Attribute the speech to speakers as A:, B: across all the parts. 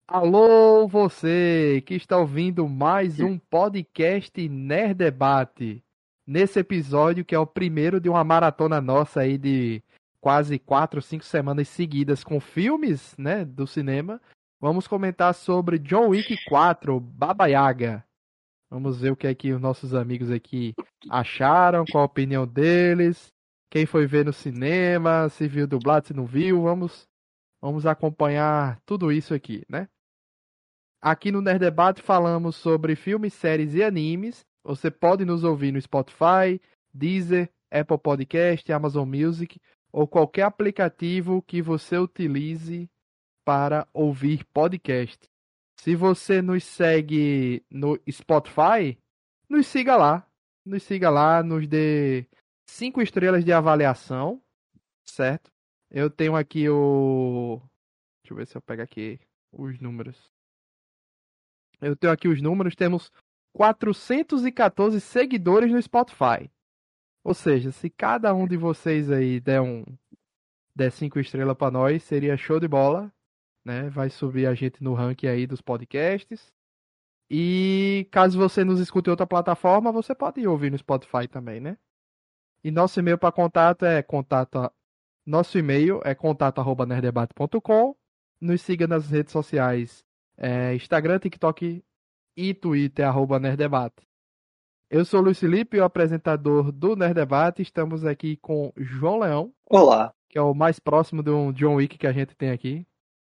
A: Alô, você que está ouvindo mais um podcast Nerd Debate. Nesse episódio, que é o primeiro de uma maratona nossa aí de quase 4, 5 semanas seguidas com filmes, né, do cinema, vamos comentar sobre John Wick 4, Baba Yaga. Vamos ver o que é que os nossos amigos aqui acharam, qual a opinião deles, quem foi ver no cinema, se viu dublado, se não viu, vamos acompanhar tudo isso aqui, né? Aqui no Nerd Debate falamos sobre filmes, séries e animes. Você pode nos ouvir no Spotify, Deezer, Apple Podcast, Amazon Music ou qualquer aplicativo que você utilize para ouvir podcast. Se você nos segue no Spotify, nos siga lá. Nos siga lá, nos dê 5 estrelas de avaliação, certo? Eu tenho aqui o... Deixa eu ver se eu pego aqui os números. Eu tenho aqui os números, temos 414 seguidores no Spotify. Ou seja, se cada um de vocês aí der 5 estrelas para nós, seria show de bola, né? Vai subir a gente no ranking aí dos podcasts. E caso você nos escute em outra plataforma, você pode ouvir no Spotify também, né? E nosso e-mail para contato é nosso e-mail é contato@nerdebate.com. Nos siga nas redes sociais, Instagram, TikTok e Twitter, @Nerdebate. Eu sou o Luiz Felipe, o apresentador do Nerd Debate. Estamos aqui com João Leão,
B: Olá.
A: que é o mais próximo de um John Wick que a gente tem aqui.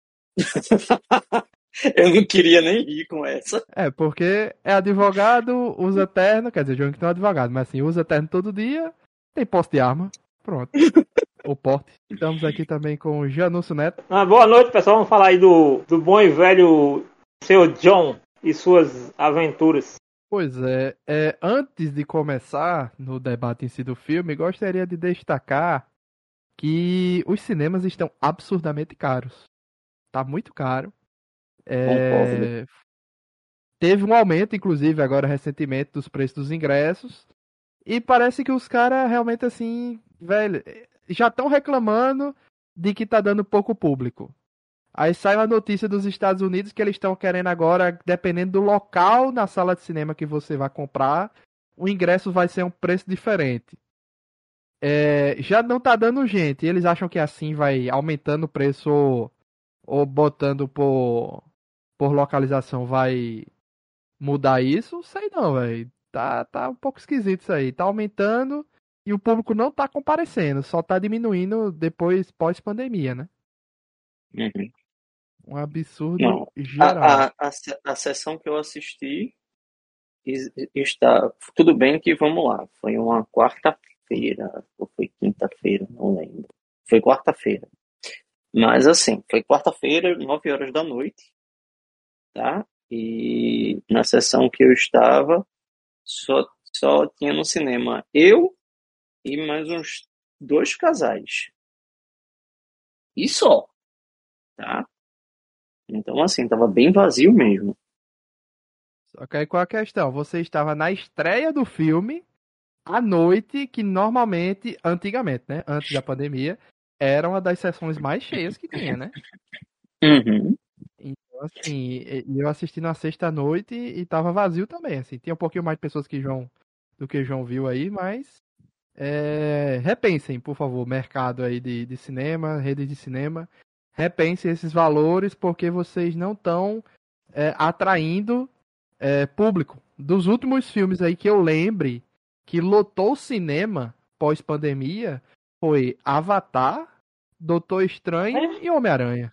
B: Eu não queria nem rir com essa.
A: Porque é advogado, usa terno, quer dizer, John Wick não é advogado, mas assim, usa terno todo dia, tem posse de arma, pronto. O porte. Estamos aqui também com o Janúcio Neto.
C: Boa noite, pessoal. Vamos falar aí do bom e velho seu John e suas aventuras.
A: Pois antes de começar no debate em si do filme, gostaria de destacar que os cinemas estão absurdamente caros. Tá muito caro.
B: Concordo.
A: Teve um aumento, inclusive, agora recentemente, dos preços dos ingressos. E parece que os caras realmente, assim, velho, já estão reclamando de que tá dando pouco público. Aí sai uma notícia dos Estados Unidos que eles estão querendo agora, dependendo do local na sala de cinema que você vai comprar, o ingresso vai ser um preço diferente. Já não tá dando gente. Eles acham que assim vai aumentando o preço ou botando por localização vai mudar isso? Sei não, velho. Tá um pouco esquisito isso aí. Tá aumentando e o público não tá comparecendo, só tá diminuindo depois pós-pandemia, né?
B: Uhum.
A: Um absurdo
B: Não.
A: geral.
B: A sessão que eu assisti está. Tudo bem que vamos lá. Foi uma quarta-feira, ou foi quinta-feira, não lembro. Foi quarta-feira. Mas assim, foi quarta-feira, 9 horas da noite, tá? E na sessão que eu estava, só tinha no cinema eu e mais uns 2 casais. E só, tá? Então, assim, tava bem vazio mesmo.
A: Só que aí qual a questão? Você estava na estreia do filme à noite, que normalmente, antigamente, né? Antes da pandemia, era uma das sessões mais cheias que tinha, né?
B: Uhum.
A: Então, assim, eu assisti na sexta-noite e tava vazio também, assim. Tinha um pouquinho mais de pessoas do que o João viu aí, mas repensem, por favor, mercado aí de cinema, redes de cinema. Repensem esses valores, porque vocês não estão atraindo público. Dos últimos filmes aí que eu lembre que lotou o cinema pós-pandemia foi Avatar, Doutor Estranho e Homem-Aranha.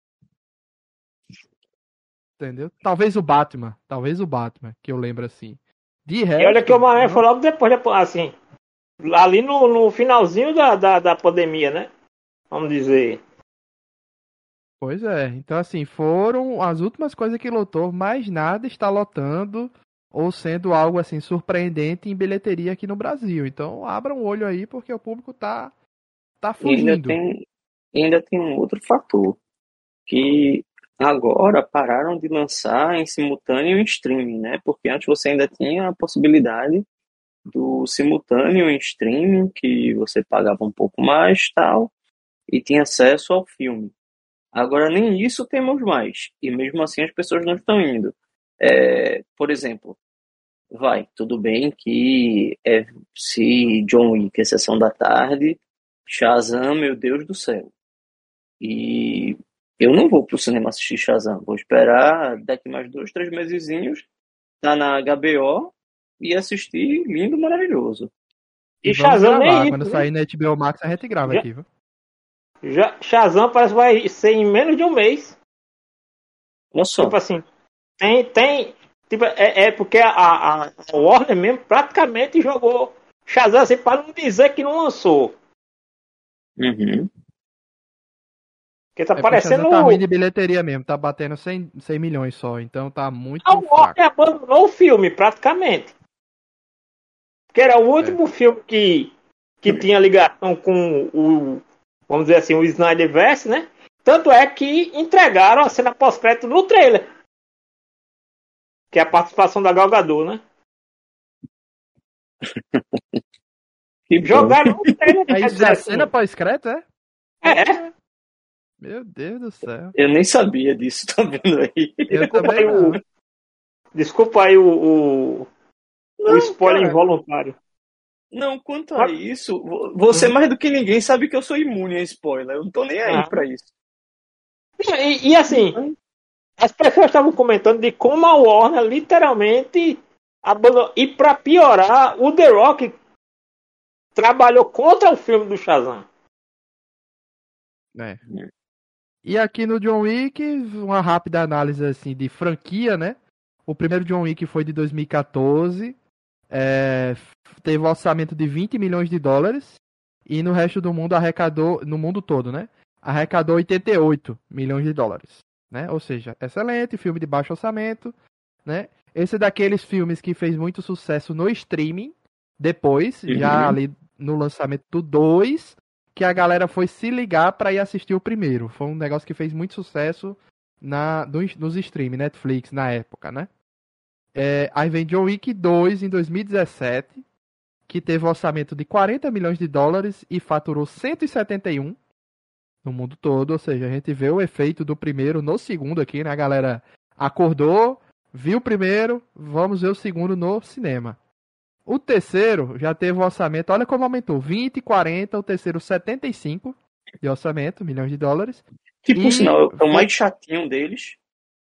A: Entendeu? Talvez o Batman, que eu lembro assim. De
C: E olha que
A: resto,
C: o Mané
A: não.
C: foi logo depois, assim, ali no finalzinho da pandemia, né? Vamos dizer.
A: Pois é. Então, assim, foram as últimas coisas que lotou, mas nada está lotando ou sendo algo assim surpreendente em bilheteria aqui no Brasil. Então, abram o olho aí porque o público tá
B: E
A: fugindo.
B: ainda tem um outro fator, que agora pararam de lançar em simultâneo em streaming, né? Porque antes você ainda tinha a possibilidade do simultâneo em streaming, que você pagava um pouco mais, tal, e tinha acesso ao filme. Agora, nem isso temos mais. E mesmo assim as pessoas não estão indo. Por exemplo, tudo bem que se John Wick é Sessão da Tarde, Shazam, meu Deus do céu. E eu não vou pro cinema assistir Shazam. Vou esperar daqui mais 2, 3 mesezinhos, tá na HBO e assistir lindo, maravilhoso.
C: E
A: vamos
C: Shazam nem
A: gravar.
C: isso,
A: Quando
C: né?
A: sair na HBO Max, a gente grava
C: Já-
A: aqui, viu?
C: Shazam parece que vai ser em menos de um mês.
B: Olha só.
C: Tipo assim, tem. Tipo, é porque a Warner mesmo praticamente jogou Shazam assim, para não dizer que não lançou.
B: Uhum.
C: Porque tá
A: É porque
C: parecendo.
A: Shazam tá ruim de bilheteria mesmo, tá batendo 100 milhões só, então tá muito
C: A
A: fraco.
C: Warner abandonou o filme, praticamente. Que era o último filme que tinha ligação com o, vamos dizer assim, o Snyderverse, né? Tanto é que entregaram a cena pós-crédito no trailer. Que é a participação da Gal Gadot, né?
B: Que bom.
C: Jogaram no trailer.
A: É
C: Quer
A: isso,
C: dizer
A: é
C: assim,
A: cena pós-crédito, é?
C: é.
A: Meu Deus do céu.
B: Eu nem sabia disso, tá vendo aí?
A: Eu
C: Desculpa
A: também
C: aí
A: não.
C: Desculpa aí o
B: Não,
C: spoiler
B: cara,
C: involuntário.
B: não, quanto a
C: Mas-
B: isso, você mais do que ninguém sabe que eu sou imune a spoiler. Eu não tô nem aí
C: Ah.
B: pra isso.
C: E assim, as pessoas estavam comentando de como a Warner literalmente abandonou. E pra piorar, o The Rock trabalhou contra o filme do Shazam.
A: É. E aqui no John Wick, uma rápida análise assim de franquia, né? O primeiro John Wick foi de 2014, teve um orçamento de 20 milhões de dólares e no resto do mundo arrecadou, no mundo todo, né? Arrecadou 88 milhões de dólares, né? Ou seja, excelente, filme de baixo orçamento, né? Esse é daqueles filmes que fez muito sucesso no streaming, depois, já ali no lançamento do 2, que a galera foi se ligar pra ir assistir o primeiro. Foi um negócio que fez muito sucesso nos streams, Netflix, na época, né? Aí vem John Wick 2 em 2017, que teve um orçamento de 40 milhões de dólares e faturou 171 no mundo todo. Ou seja, a gente vê o efeito do primeiro no segundo aqui, né? A galera acordou, viu o primeiro, vamos ver o segundo no cinema. O terceiro já teve um orçamento, olha como aumentou, 20, 40, o terceiro 75 de orçamento, milhões de dólares.
B: Que, por sinal, é o mais chatinho deles.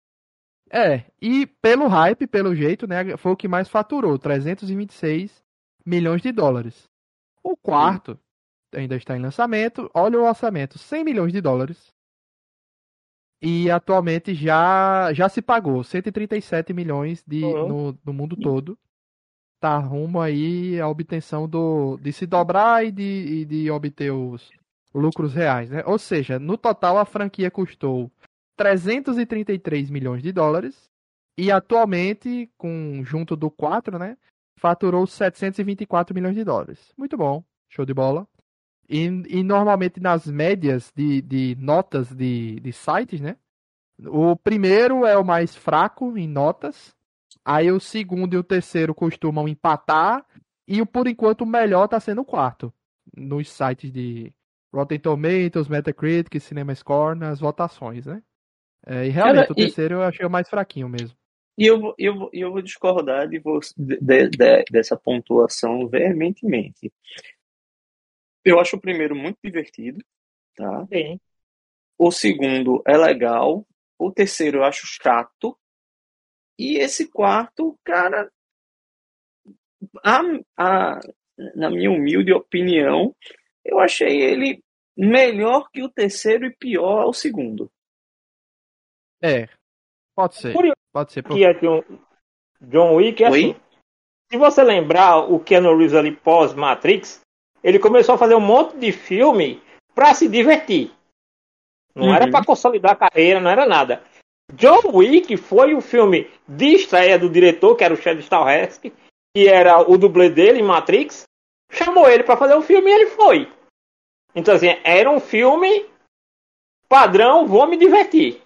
A: E pelo hype, pelo jeito, né, foi o que mais faturou, 326 milhões de dólares. O quarto ainda está em lançamento, olha o orçamento, 100 milhões de dólares. E atualmente já se pagou 137 milhões no mundo todo. Tá rumo aí a obtenção de se dobrar e de obter os lucros reais, né? Ou seja, no total a franquia custou 333 milhões de dólares e atualmente, junto do 4, né, faturou 724 milhões de dólares. Muito bom, show de bola. E normalmente nas médias de notas de sites, né, o primeiro é o mais fraco em notas, aí o segundo e o terceiro costumam empatar, e por enquanto o melhor está sendo o quarto, nos sites de Rotten Tomatoes, Metacritic, CinemaScore, nas votações, né? E realmente,
B: Cara,
A: o terceiro eu achei o mais fraquinho mesmo.
B: E eu vou discordar dessa pontuação veementemente. Eu acho o primeiro muito divertido, tá?
C: Sim.
B: O segundo é legal. O terceiro eu acho chato. E esse quarto, cara, na minha humilde opinião, eu achei ele melhor que o terceiro e pior ao segundo.
A: Pode ser. Pode ser.
C: Que é John Wick, é assim. Se você lembrar o Keanu Reeves ali pós-Matrix, ele começou a fazer um monte de filme pra se divertir. Não era pra consolidar a carreira, não era nada. John Wick foi o filme de estreia do diretor, que era o Chad Stahelski, que era o dublê dele em Matrix. Chamou ele pra fazer o filme e ele foi. Então, assim, era um filme padrão, vou me divertir.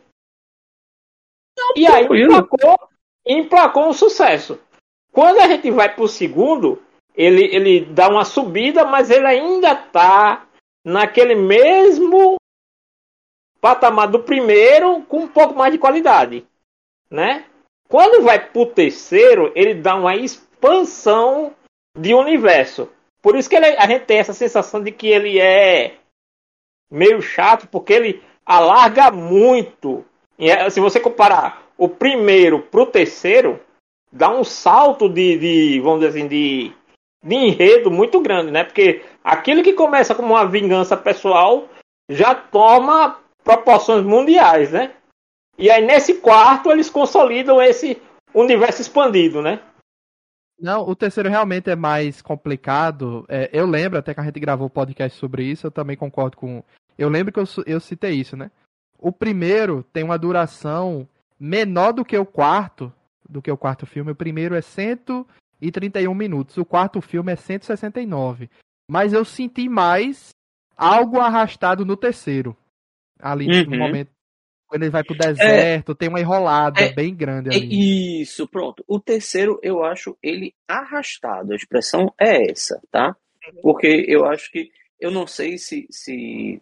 C: E aí emplacou um sucesso. Quando a gente vai pro segundo, ele dá uma subida, mas ele ainda tá naquele mesmo patamar do primeiro com um pouco mais de qualidade, né? Quando vai pro terceiro, ele dá uma expansão de universo. Por isso que a gente tem essa sensação de que ele é meio chato, porque ele alarga muito. E, se você comparar o primeiro pro terceiro, dá um salto vamos dizer assim, de enredo muito grande, né? Porque aquilo que começa como uma vingança pessoal já toma proporções mundiais, né? E aí nesse quarto eles consolidam esse universo expandido, né?
A: Não, o terceiro realmente é mais complicado. Eu lembro até que a gente gravou podcast sobre isso, eu também concordo com... Eu lembro que eu citei isso, né? O primeiro tem uma duração menor do que o quarto filme. O primeiro é 131 minutos, o quarto filme é 169. Mas eu senti mais algo arrastado no terceiro. Ali no momento, quando ele vai pro deserto, tem uma enrolada bem grande ali.
B: Isso, pronto. O terceiro, eu acho ele arrastado. A expressão é essa, tá? Porque eu acho que... Eu não sei se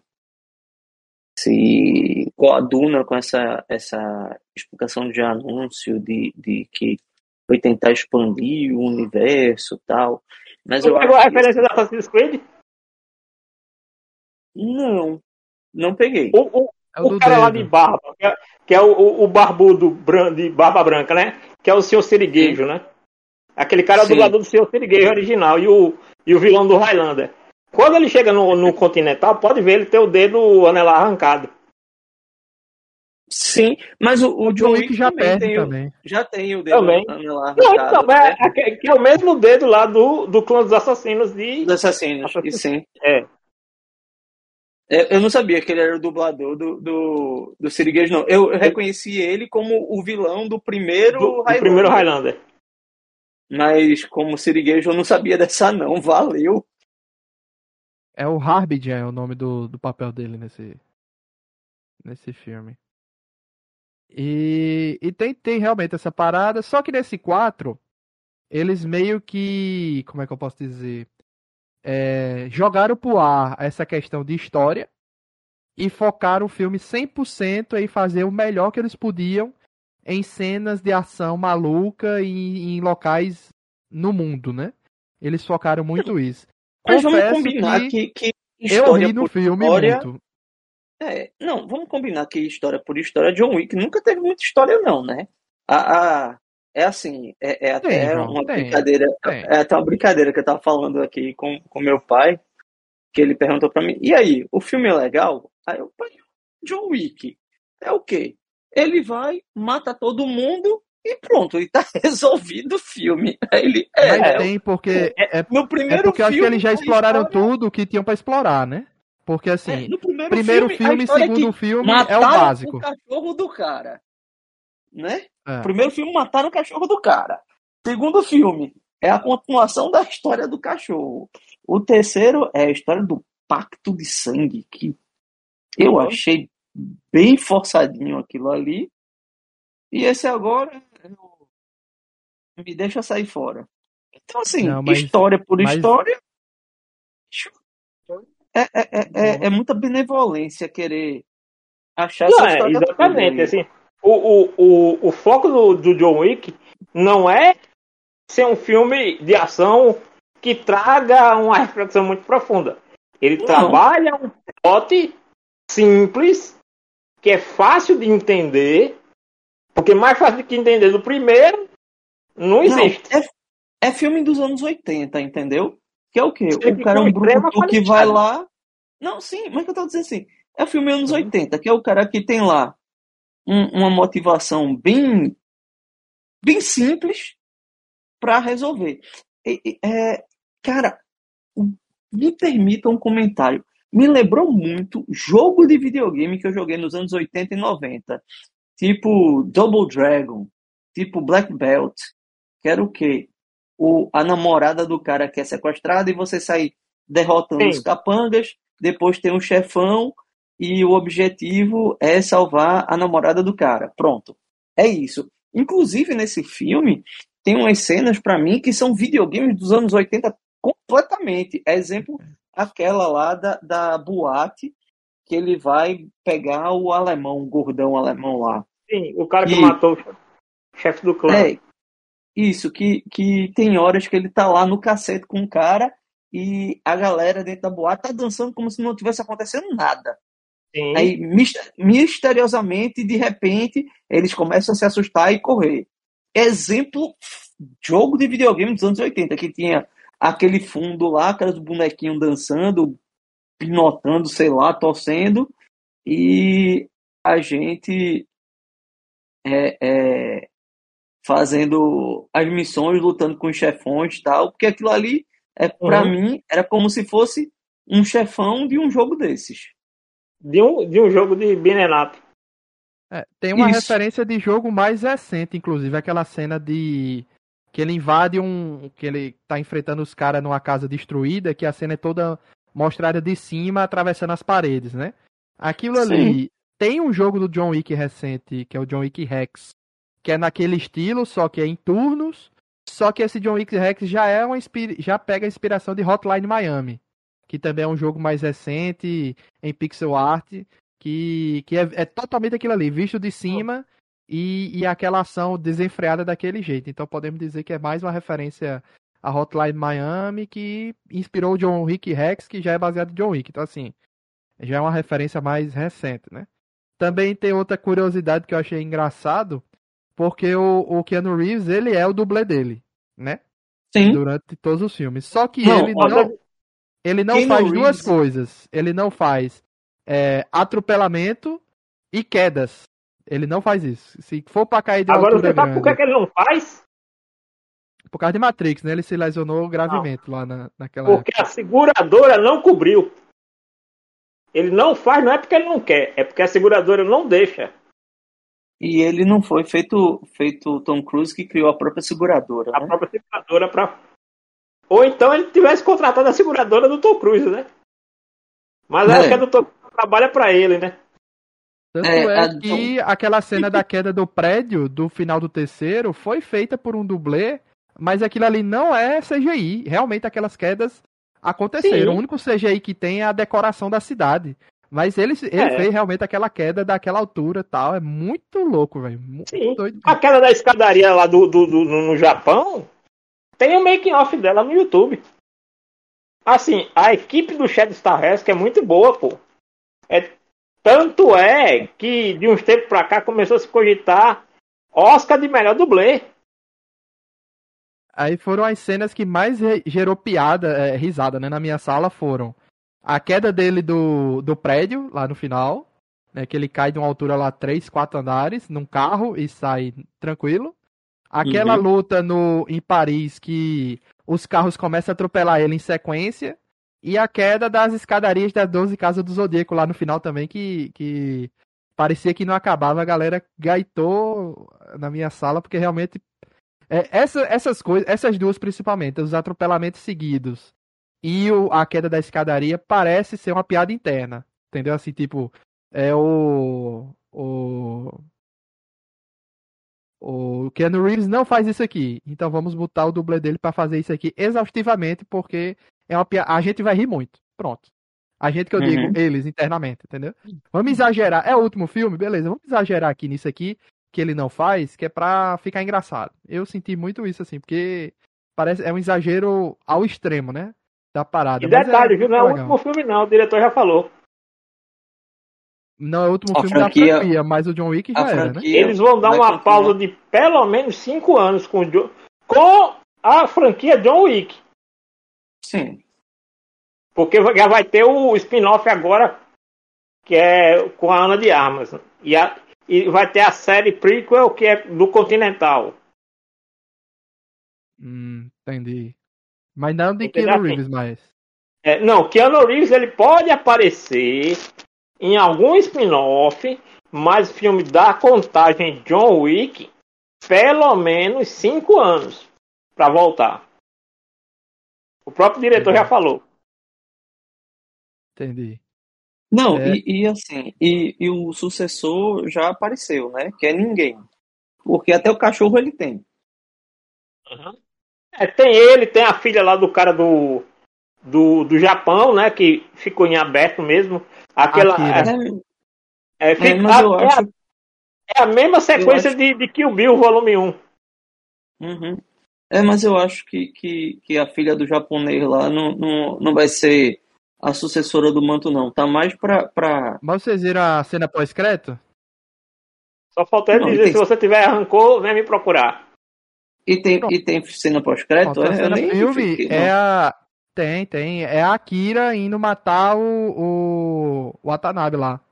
B: coaduna com essa explicação de anúncio de que foi tentar expandir o universo e tal. Mas
C: Você pegou a referência da Assassin's Creed?
B: Não peguei.
C: O cara lá de barba, que é o barbudo de barba branca, né? Que é o Sr. Sirigueijo, né? Aquele cara é o dublador do Sr. Sirigueijo original e o vilão do Highlander. Quando ele chega no Continental, pode ver ele ter o dedo anelar arrancado.
B: Sim, mas o John Wick
A: já perde também.
B: Já tem o dedo anelar
C: arrancado.
B: Não,
C: então, que é o mesmo dedo lá do clã dos assassinos
B: Dos assassinos, sim.
C: É.
B: Eu não sabia que ele era o dublador do Sirigueijo, não. Eu reconheci ele como o vilão do primeiro
C: Highlander.
B: Mas como Sirigueijo eu não sabia dessa não, valeu.
A: É o Harbinger, é o nome do papel dele nesse filme. E tem realmente essa parada, só que nesse 4, eles meio que, como é que eu posso dizer, jogaram pro ar essa questão de história e focaram o filme 100% em fazer o melhor que eles podiam em cenas de ação maluca e em locais no mundo, né? Eles focaram muito isso.
B: Mas vamos combinar que
A: eu ri no filme muito.
B: Não, vamos combinar que história por história, John Wick nunca teve muita história não, né? É assim, até uma brincadeira, é até uma brincadeira que eu tava falando aqui com meu pai, que ele perguntou pra mim, e aí, o filme é legal? Aí eu, pai, John Wick é o quê? Ele vai, mata todo mundo e pronto, e tá resolvido o filme. Aí
A: mas tem, porque
B: no primeiro
A: porque eu acho que eles já exploraram tudo o que tinham pra explorar, né? Porque assim,
B: no
A: primeiro filme e segundo filme é o básico.
B: O cachorro do cara, né? Primeiro filme mataram o cachorro do cara. Segundo filme é a continuação da história do cachorro. O terceiro é a história do pacto de sangue, que eu achei bem forçadinho aquilo ali. E esse agora me deixa sair fora. Então assim, história por história. É muita benevolência querer achar essa história.
C: Exatamente, assim, o foco do John Wick não é ser um filme de ação que traga uma reflexão muito profunda. Ele trabalha um plot simples, que é fácil de entender, porque mais fácil de entender do primeiro não existe.
B: É filme dos anos 80, entendeu? Que é o quê? O cara é um brucutu que vai lá... Não, sim, mas que eu tô dizendo assim, é filme anos 80, que é o cara que tem lá uma motivação bem simples pra resolver. Cara, me permita um comentário. Me lembrou muito jogo de videogame que eu joguei nos anos 80 e 90. Tipo Double Dragon, tipo Black Belt, que era o quê? A namorada do cara que é sequestrada e você sai derrotando os capangas, depois tem um chefão e o objetivo é salvar a namorada do cara. Pronto. É isso. Inclusive, nesse filme, tem umas cenas pra mim que são videogames dos anos 80 completamente. Exemplo, aquela lá da boate, que ele vai pegar o alemão, o gordão alemão lá.
C: Sim, o cara que matou o chefe do clã.
B: Isso, que tem horas que ele tá lá no cacete com o cara e a galera dentro da boate tá dançando como se não tivesse acontecendo nada.
C: Sim.
B: Aí, misteriosamente, de repente, eles começam a se assustar e correr. Exemplo, jogo de videogame dos anos 80, que tinha aquele fundo lá, aqueles bonequinhos dançando, pinotando, sei lá, torcendo, e a gente fazendo as missões, lutando com os chefões e tal, porque aquilo ali, pra mim, era como se fosse um chefão de um jogo desses.
C: De um jogo de beat'em up.
A: Tem uma referência de jogo mais recente, inclusive, aquela cena de que ele invade que ele tá enfrentando os caras numa casa destruída, que a cena é toda mostrada de cima, atravessando as paredes, né? Aquilo ali, tem um jogo do John Wick recente, que é o John Wick Rex, que é naquele estilo, só que é em turnos, só que esse John Wick Rex já pega a inspiração de Hotline Miami, que também é um jogo mais recente, em pixel art, que é totalmente aquilo ali, visto de cima e aquela ação desenfreada daquele jeito. Então podemos dizer que é mais uma referência a Hotline Miami, que inspirou o John Wick Rex, que já é baseado em John Wick. Então assim, já é uma referência mais recente, né? Também tem outra curiosidade que eu achei engraçado, porque o Keanu Reeves, ele é o dublê dele, né?
B: Sim.
A: Durante todos os filmes. Só que ele não
B: Keanu
A: faz
B: Reeves.
A: duas coisas. Ele não faz atropelamento e quedas. Ele não faz isso. Se for pra cair de
C: Agora
A: altura
C: você sabe
A: grande...
C: por que ele não faz?
A: Por causa de Matrix, né? Ele se lesionou gravemente lá naquela
C: Porque
A: época.
C: a seguradora não cobriu. Ele não faz, não é porque ele não quer, é porque a seguradora não deixa.
B: E ele não foi feito Tom Cruise, que criou a própria seguradora,
C: A
B: né?
C: própria seguradora pra... Ou então ele tivesse contratado a seguradora do Tom Cruise, né? Mas acho que a do Tom Cruise trabalha pra ele, né?
A: Tanto que aquela cena da queda do prédio, do final do terceiro, foi feita por um dublê, mas aquilo ali não é CGI. Realmente aquelas quedas aconteceram. Sim. O único CGI que tem é a decoração da cidade. Mas ele fez realmente aquela queda daquela altura e tal. É muito louco, velho. Muito doido.
C: A queda da escadaria lá no Japão, tem o making off dela no YouTube. Assim, a equipe do Shed Stahelski é muito boa, pô. Tanto é que de uns tempos pra cá começou a se cogitar Oscar de melhor dublê.
A: Aí foram as cenas que mais gerou piada, risada, né? Na minha sala foram a queda dele do prédio, lá no final, né? Que ele cai de uma altura lá 3, 4 andares, num carro e sai tranquilo. Aquela luta em Paris que os carros começam a atropelar ele em sequência. E a queda das escadarias das 12 Casas do Zodíaco lá no final também, que parecia que não acabava. A galera gaitou na minha sala, porque realmente essas coisas, essas duas principalmente, os atropelamentos seguidos e a queda da escadaria, parece ser uma piada interna. Entendeu? Assim, tipo, o Keanu Reeves não faz isso aqui, então vamos botar o dublê dele pra fazer isso aqui exaustivamente, porque a gente vai rir muito. Pronto. A gente que eu digo, eles internamente, entendeu? Vamos exagerar. É o último filme? Beleza, vamos exagerar aqui nisso aqui, que ele não faz, que é pra ficar engraçado. Eu senti muito isso, assim, porque é um exagero ao extremo, né? Da parada.
C: E detalhe, viu? Não é o último filme, não. O diretor já falou.
A: Não é o último filme da franquia, mas o John Wick já era, né?
C: Eles vão dar uma pausa de pelo menos 5 anos com a franquia John Wick.
B: Sim.
C: Porque já vai ter o spin-off agora, que é com a Ana de Armas. E vai ter a série prequel, que é do Continental.
A: Entendi. Mas não de Keanu Reeves mais.
C: Não, Keanu Reeves ele pode aparecer em algum spin-off, mas o filme da contagem John Wick, pelo menos 5 anos para voltar. O próprio diretor já falou.
A: Entendi.
B: Não, e assim, e o sucessor já apareceu, né? Que é ninguém. Porque até o cachorro ele tem.
C: Tem ele, tem a filha lá do cara do Japão, né? Que ficou em aberto mesmo. Aquela.
B: Mas eu acho.
C: É a mesma sequência de Kill Bill, volume 1.
B: Uhum. Mas eu acho que a filha do japonês lá não vai ser a sucessora do manto, não. Tá mais pra...
A: Mas vocês viram a cena pós-crédito?
C: Só falta ele dizer, se você tiver rancor, vem me procurar.
B: E tem cena pós-crédito?
A: A cena filme Tem. É a Akira indo matar o Watanabe lá.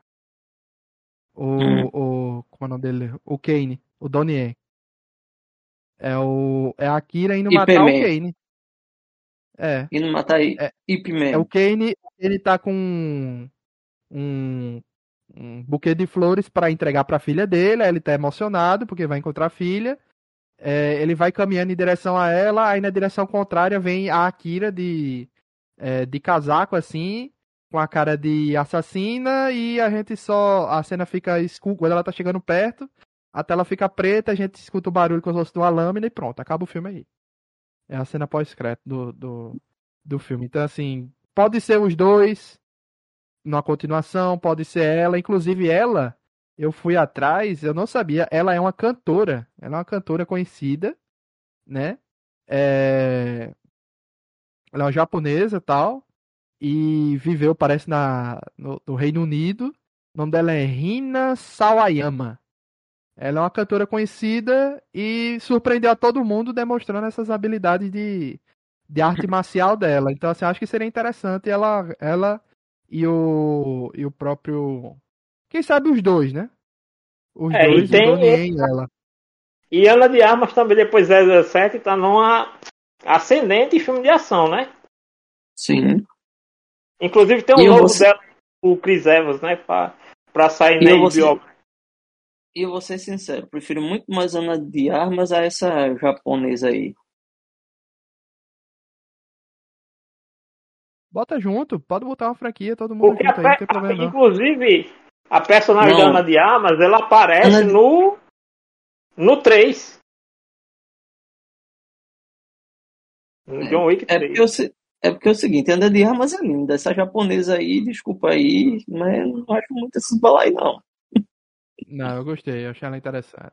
A: Como é o nome dele? O Kane. O Donnie. É a Akira indo matar o Kane.
B: Indo matar Ip Man.
A: O Kane, ele tá com um buquê de flores pra entregar pra filha dele. Aí ele tá emocionado porque vai encontrar a filha. Ele vai caminhando em direção a ela. Aí na direção contrária vem a Akira de casaco assim, com a cara de assassina, e a cena fica escura quando ela tá chegando perto, a tela fica preta, a gente escuta o barulho como se fosse de uma lâmina e pronto, acaba o filme aí. É a cena pós-crédito do filme. Então, assim, pode ser os dois na continuação, pode ser ela, inclusive ela, eu fui atrás, eu não sabia, ela é uma cantora conhecida, né? Ela é uma japonesa e tal, e viveu, parece, no Reino Unido. O nome dela é Rina Sawayama. Ela é uma cantora conhecida e surpreendeu a todo mundo demonstrando essas habilidades de arte marcial dela. Então, assim, acho que seria interessante ela e o próprio... Quem sabe os dois, né? Os dois, o Donnie e ela.
C: E Ana de Armas também, depois de 007, tá numa ascendente em filme de ação, né?
B: Sim.
C: Inclusive tem um novo dela, o Chris Evans, né? Pra sair na HBO.
B: E eu vou ser sincero, prefiro muito mais Ana de Armas a essa japonesa aí.
A: Bota junto, pode botar uma franquia, todo mundo junto aí, não tem problema não.
C: Inclusive, a personagem da Ana de Armas, ela aparece no 3. No John Wick 3.
B: Porque é o seguinte, Ana de Armas é linda. Essa japonesa aí, desculpa aí, mas eu não acho muito esses balai, não.
A: Não, eu gostei, eu achei ela interessante.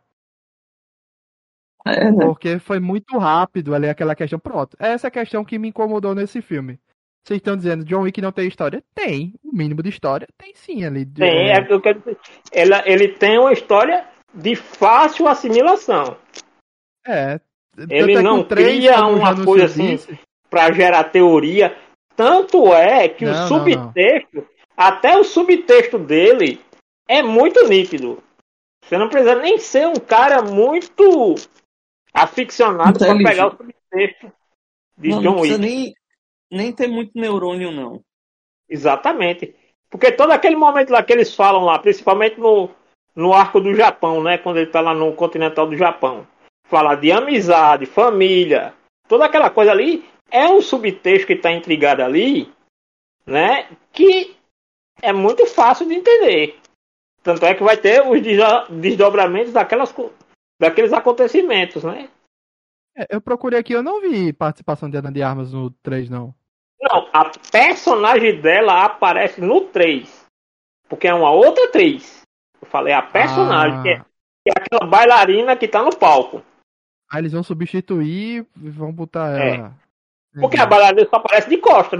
B: Né?
A: Porque foi muito rápido ali aquela questão. Pronto, essa é a questão que me incomodou nesse filme. Vocês estão dizendo John Wick não tem história? Tem. O mínimo de história tem sim ali.
C: Tem, ele tem uma história de fácil assimilação. Ele não cria uma coisa assim para gerar teoria. Tanto é que o subtexto, até o subtexto dele é muito nítido. Você não precisa nem ser um cara muito aficionado para pegar o subtexto de John Wick.
B: Não precisa nem ter muito neurônio, não.
C: Exatamente. Porque todo aquele momento lá que eles falam lá, principalmente no arco do Japão, né? Quando ele tá lá no continental do Japão. Falar de amizade, família, toda aquela coisa ali é um subtexto que está intrigado ali, né? Que é muito fácil de entender. Tanto é que vai ter os desdobramentos daqueles acontecimentos, né?
A: Eu procurei aqui, eu não vi participação de Ana de Armas no 3, não.
C: Não, a personagem dela aparece no 3. Porque é uma outra atriz. Eu falei a personagem, que é aquela bailarina que tá no palco.
A: Eles vão substituir e vão botar ela.
C: Porque a bailarina só aparece de costa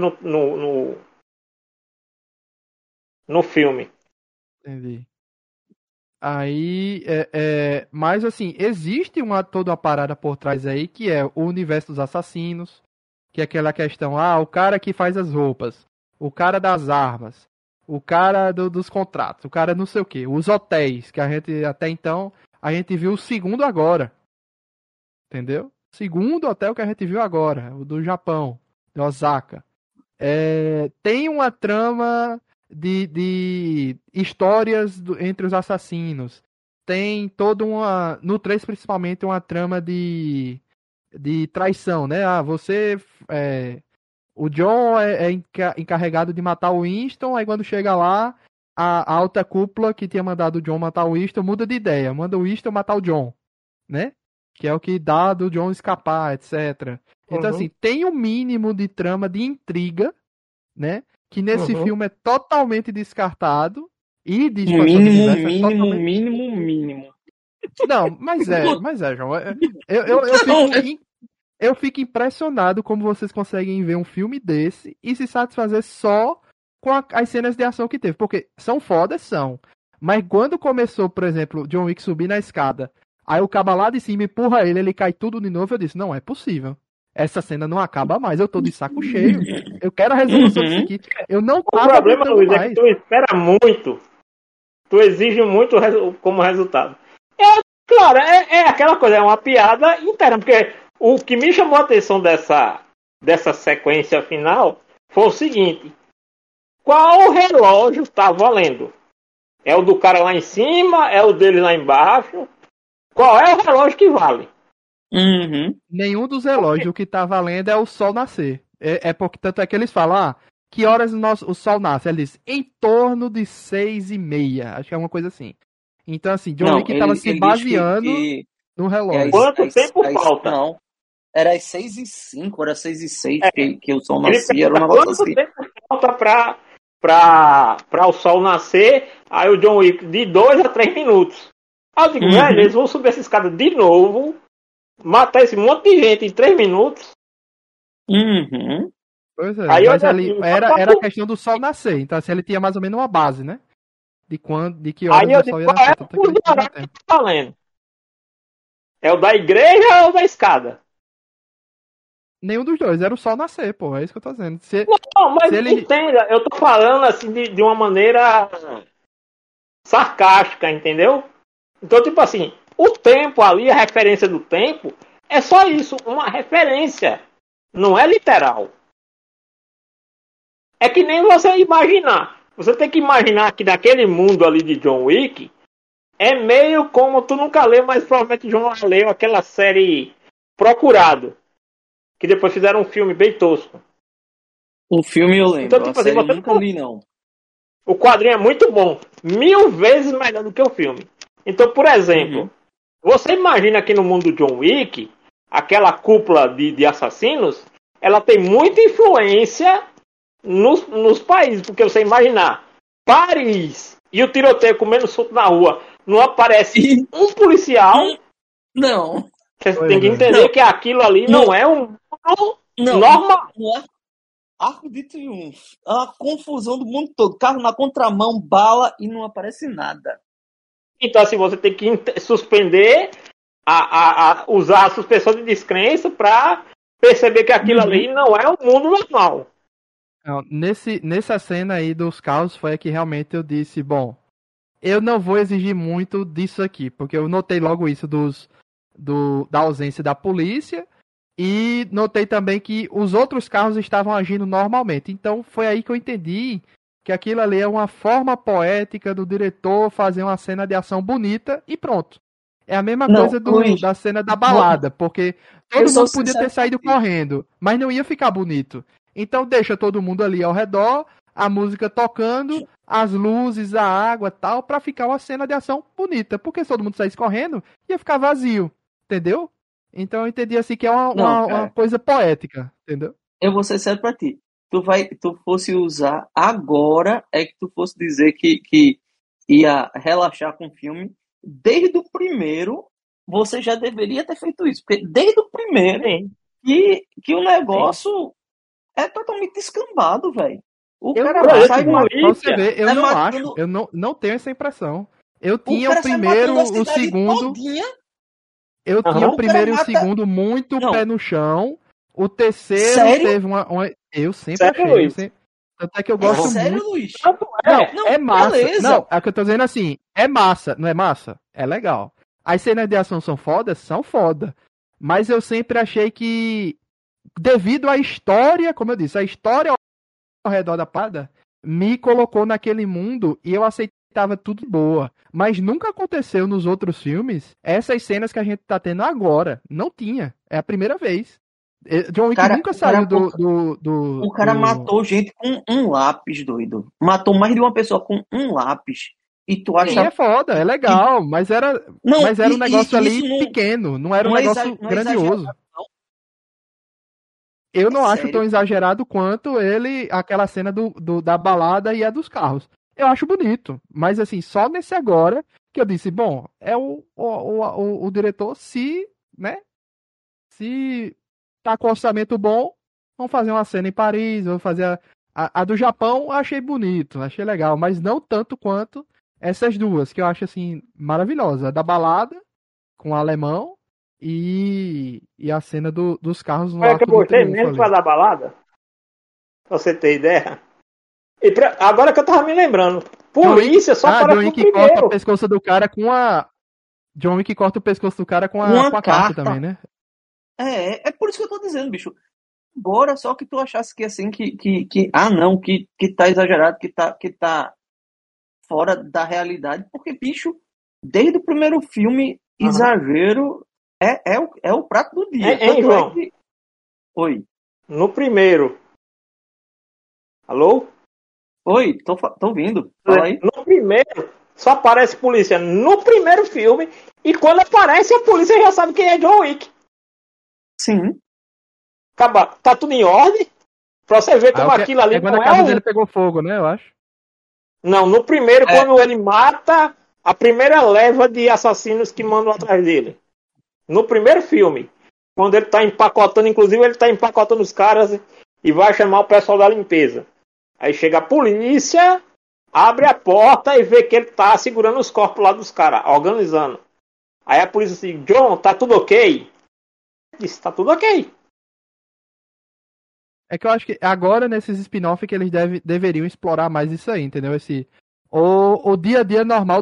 C: no filme.
A: Entendi. Aí, mas assim, existe toda uma parada por trás aí, que é o universo dos assassinos, que é aquela questão, o cara que faz as roupas, o cara das armas, o cara dos contratos, o cara não sei o que, os hotéis, que a gente, até então, a gente viu o segundo agora, entendeu? Segundo hotel que a gente viu agora, o do Japão, de Osaka. Tem uma trama de histórias entre os assassinos. Tem toda uma... No 3, principalmente, uma trama de traição, né? O John é encarregado de matar o Winston, aí quando chega lá, a alta cúpula que tinha mandado o John matar o Winston muda de ideia. Manda o Winston matar o John, né? que é o que dá do John escapar, etc. Então, assim, tem um mínimo de trama de intriga, né? Que nesse filme é totalmente descartado. E de expansão de universo é totalmente...
B: Mínimo.
A: Não, mas é, João. Eu fico impressionado como vocês conseguem ver um filme desse e se satisfazer só com as cenas de ação que teve. Porque são fodas, são. Mas quando começou, por exemplo, John Wick subir na escada, aí o caba lá de cima empurra ele cai tudo de novo, eu disse, não é possível. Essa cena não acaba mais, eu tô de saco cheio. Eu quero a resolução disso aqui. Eu não tava
C: O problema, Luiz,
A: mais.
C: é que tu espera muito. Tu exige muito como resultado. Claro, é aquela coisa, é uma piada interna, porque o que me chamou a atenção dessa sequência final foi o seguinte: qual relógio tá valendo? É o do cara lá em cima? É o dele lá embaixo? Qual é o relógio que vale?
A: Nenhum dos relógios. O que tá valendo é o sol nascer. Porque tanto é que eles falam, que horas o sol nasce? Ele diz, em torno de 6:30. Acho que é uma coisa assim. Então, assim, John Wick tava se baseando no relógio.
C: Quanto tempo falta?
B: Não. Era às 6:05, era 6:06 que o sol nascia. Era um negócio assim.
C: Quanto tempo falta pra o sol nascer? Aí o John Wick, de 2 a 3 minutos. Aí eu digo, velho, eles vão subir essa escada de novo, matar esse monte de gente em 3 minutos.
A: Pois é,
C: aí
A: mas ali era a questão do sol nascer. Então, assim, ele tinha mais ou menos uma base, né? De que horas o sol ia nascer. Tanto que ele tinha tempo.
C: Tá valendo? É o da igreja ou da escada?
A: Nenhum dos dois, era o sol nascer, pô. É isso que eu tô dizendo.
C: Não, mas entenda, eu tô falando assim de uma maneira sarcástica, entendeu? Então, tipo assim, o tempo ali, a referência do tempo, é só isso, uma referência. Não é literal. É que nem você imaginar. Você tem que imaginar que naquele mundo ali de John Wick, é meio como tu nunca leu, mas provavelmente João leu aquela série Procurado. Que depois fizeram um filme bem tosco.
B: O filme eu lembro.
C: Então, tipo assim, você
B: nunca li, não.
C: O quadrinho é muito bom. 1000 vezes melhor do que o filme. Então, por exemplo, você imagina que no mundo do John Wick, aquela cúpula de assassinos, ela tem muita influência nos países. Porque você imaginar Paris e o tiroteio comendo solto na rua, não aparece um policial.
B: Não.
C: Você tem que entender que aquilo ali não é um normal.
B: Arco de Triunfo. É uma confusão do mundo todo. Carro na contramão, bala e não aparece nada.
C: Então, assim, você tem que suspender, usar a suspensão de descrença para perceber que aquilo ali não é um mundo normal.
A: Nessa cena aí dos caos foi a que realmente eu disse, bom, eu não vou exigir muito disso aqui, porque eu notei logo isso da ausência da polícia e notei também que os outros carros estavam agindo normalmente. Então foi aí que eu entendi que aquilo ali é uma forma poética do diretor fazer uma cena de ação bonita e pronto. É a mesma coisa da cena da balada, porque todo mundo podia ter saído correndo, mas não ia ficar bonito. Então deixa todo mundo ali ao redor, a música tocando, as luzes, a água e tal, pra ficar uma cena de ação bonita. Porque se todo mundo saísse correndo, ia ficar vazio. Entendeu? Então eu entendi assim que é uma coisa poética, entendeu?
B: Eu vou ser sério pra ti. Tu fosse usar agora, é que tu fosse dizer que ia relaxar com o filme. Desde o primeiro, você já deveria ter feito isso. Porque desde o primeiro, que o negócio é totalmente descambado, velho. O cara sai
A: matando. Você vê, eu não acho. Eu não tenho essa impressão. Eu tinha o primeiro, o segundo. Eu tinha o primeiro e o segundo muito pé no chão. O terceiro teve uma. Eu sempre achei. Até que eu gosto
B: sério,
A: muito.
B: Luiz?
A: Não, é massa.
B: Beleza.
A: Não, é o que eu tô dizendo assim. É massa, não é massa? É legal. As cenas de ação são fodas? São foda. Mas eu sempre achei que, devido à história, como eu disse, a história ao redor da parada me colocou naquele mundo e eu aceitava tudo boa. Mas nunca aconteceu nos outros filmes essas cenas que a gente tá tendo agora. Não tinha. É a primeira vez. John Wick nunca saiu do...
B: O cara matou gente com um lápis, doido. Matou mais de uma pessoa com um lápis. E tu
A: Sim,
B: acha.
A: é foda, é legal, mas era
B: Não,
A: um negócio ali
B: isso não,
A: pequeno, não era um
B: não é
A: negócio
B: não é
A: grandioso.
B: exagerado, não.
A: Eu
B: É
A: não acho tão
B: sério.
A: exagerado quanto aquela cena da balada e a dos carros. Eu acho bonito, mas assim, só nesse agora que eu disse, bom, é o diretor né, se tá com orçamento bom, vamos fazer uma cena em Paris, vamos fazer a do Japão, eu achei bonito, achei legal, mas não tanto quanto essas duas, que eu acho assim, maravilhosas. A da balada, com o alemão, e a cena dos carros no
C: Olha que eu
A: Arco do
C: gostei
A: Triunfo
C: menos
A: ali.
C: pra dar balada. Pra você ter ideia. E agora que eu tava me lembrando. Polícia só
A: John
C: aparece no
A: Wick corta o
C: primeiro.
A: pescoço do cara com a. John Wick corta o pescoço do cara com
B: Uma
A: a carta
B: carta.
A: também, né?
B: É por isso que eu tô dizendo, bicho. Bora só que tu achasse que assim, não, que tá exagerado, que tá fora da realidade, porque, bicho, desde o primeiro filme, exagero é o prato do dia.
C: Hein, João?
B: Oi.
C: No primeiro. Alô?
B: Oi, tô ouvindo. Fala aí.
C: No primeiro, só aparece polícia no primeiro filme. E quando aparece, a polícia já sabe quem é John Wick.
B: Sim.
C: Acaba, tá tudo em ordem. Pra você ver como aquilo ali
A: quando
C: não
A: a casa
C: é
A: dele pegou fogo, né? Eu acho.
C: Não, no primeiro, quando ele mata a primeira leva de assassinos que mandam atrás dele. No primeiro filme. Quando ele tá empacotando, inclusive ele tá empacotando os caras e vai chamar o pessoal da limpeza. Aí chega a polícia, abre a porta e vê que ele tá segurando os corpos lá dos caras, organizando. Aí a polícia diz, John, tá tudo ok? Disse, tá tudo ok.
A: É que eu acho que agora, nesses spin-off, que eles deveriam explorar mais isso aí, entendeu? O dia a dia normal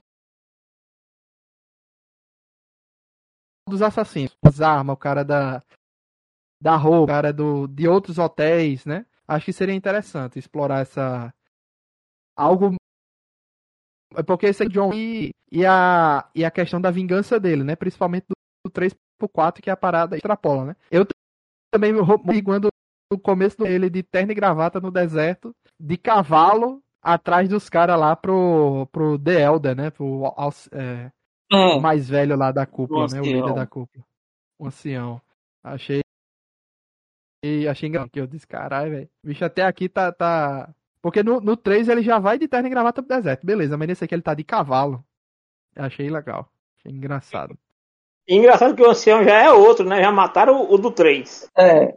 A: dos assassinos. As armas, o cara da roupa, o cara de outros hotéis, né? Acho que seria interessante explorar algo. Porque esse é John e a questão da vingança dele, né? Principalmente do 3 pro 4, que é a parada extrapola, né? Eu também me quando no começo dele de terno e gravata no deserto, de cavalo, atrás dos caras lá pro The Elder, né? O mais velho lá da cúpula, né? O líder da cúpula. O ancião. Achei engraçado, que eu disse, caralho, velho. O bicho até aqui tá... Porque no 3 ele já vai de terno e gravata pro deserto. Beleza, mas nesse aqui ele tá de cavalo. Achei legal. Achei engraçado.
C: Engraçado que o ancião já é outro, né? Já mataram o do 3.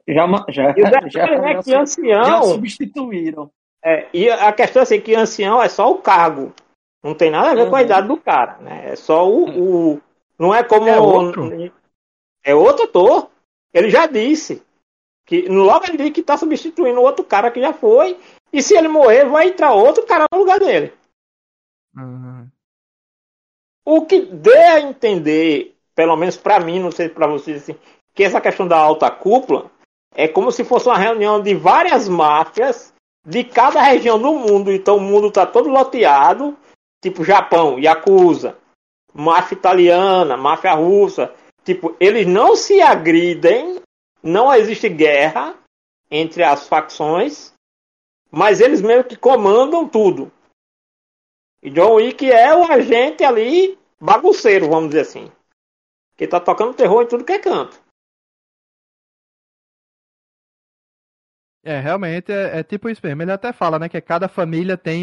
B: Já
C: que ancião...
B: Já substituíram.
C: E a questão é assim, que ancião é só o cargo. Não tem nada a ver com a idade do cara, né? É só o... Não é como... É outro ator. Ele já disse. Logo ele disse que tá substituindo outro cara que já foi. E se ele morrer, vai entrar outro cara no lugar dele.
A: Uhum.
C: O que dê a entender, pelo menos pra mim, não sei pra vocês, assim, que essa questão da alta cúpula é como se fosse uma reunião de várias máfias de cada região do mundo. Então o mundo tá todo loteado, tipo Japão, Yakuza, máfia italiana, máfia russa. Tipo, eles não se agridem, não existe guerra entre as facções, mas eles meio que comandam tudo. E John Wick é o agente ali bagunceiro, vamos dizer assim. Que tá tocando terror em tudo que é canto.
A: Realmente é tipo isso mesmo. Ele até fala, né, que cada família tem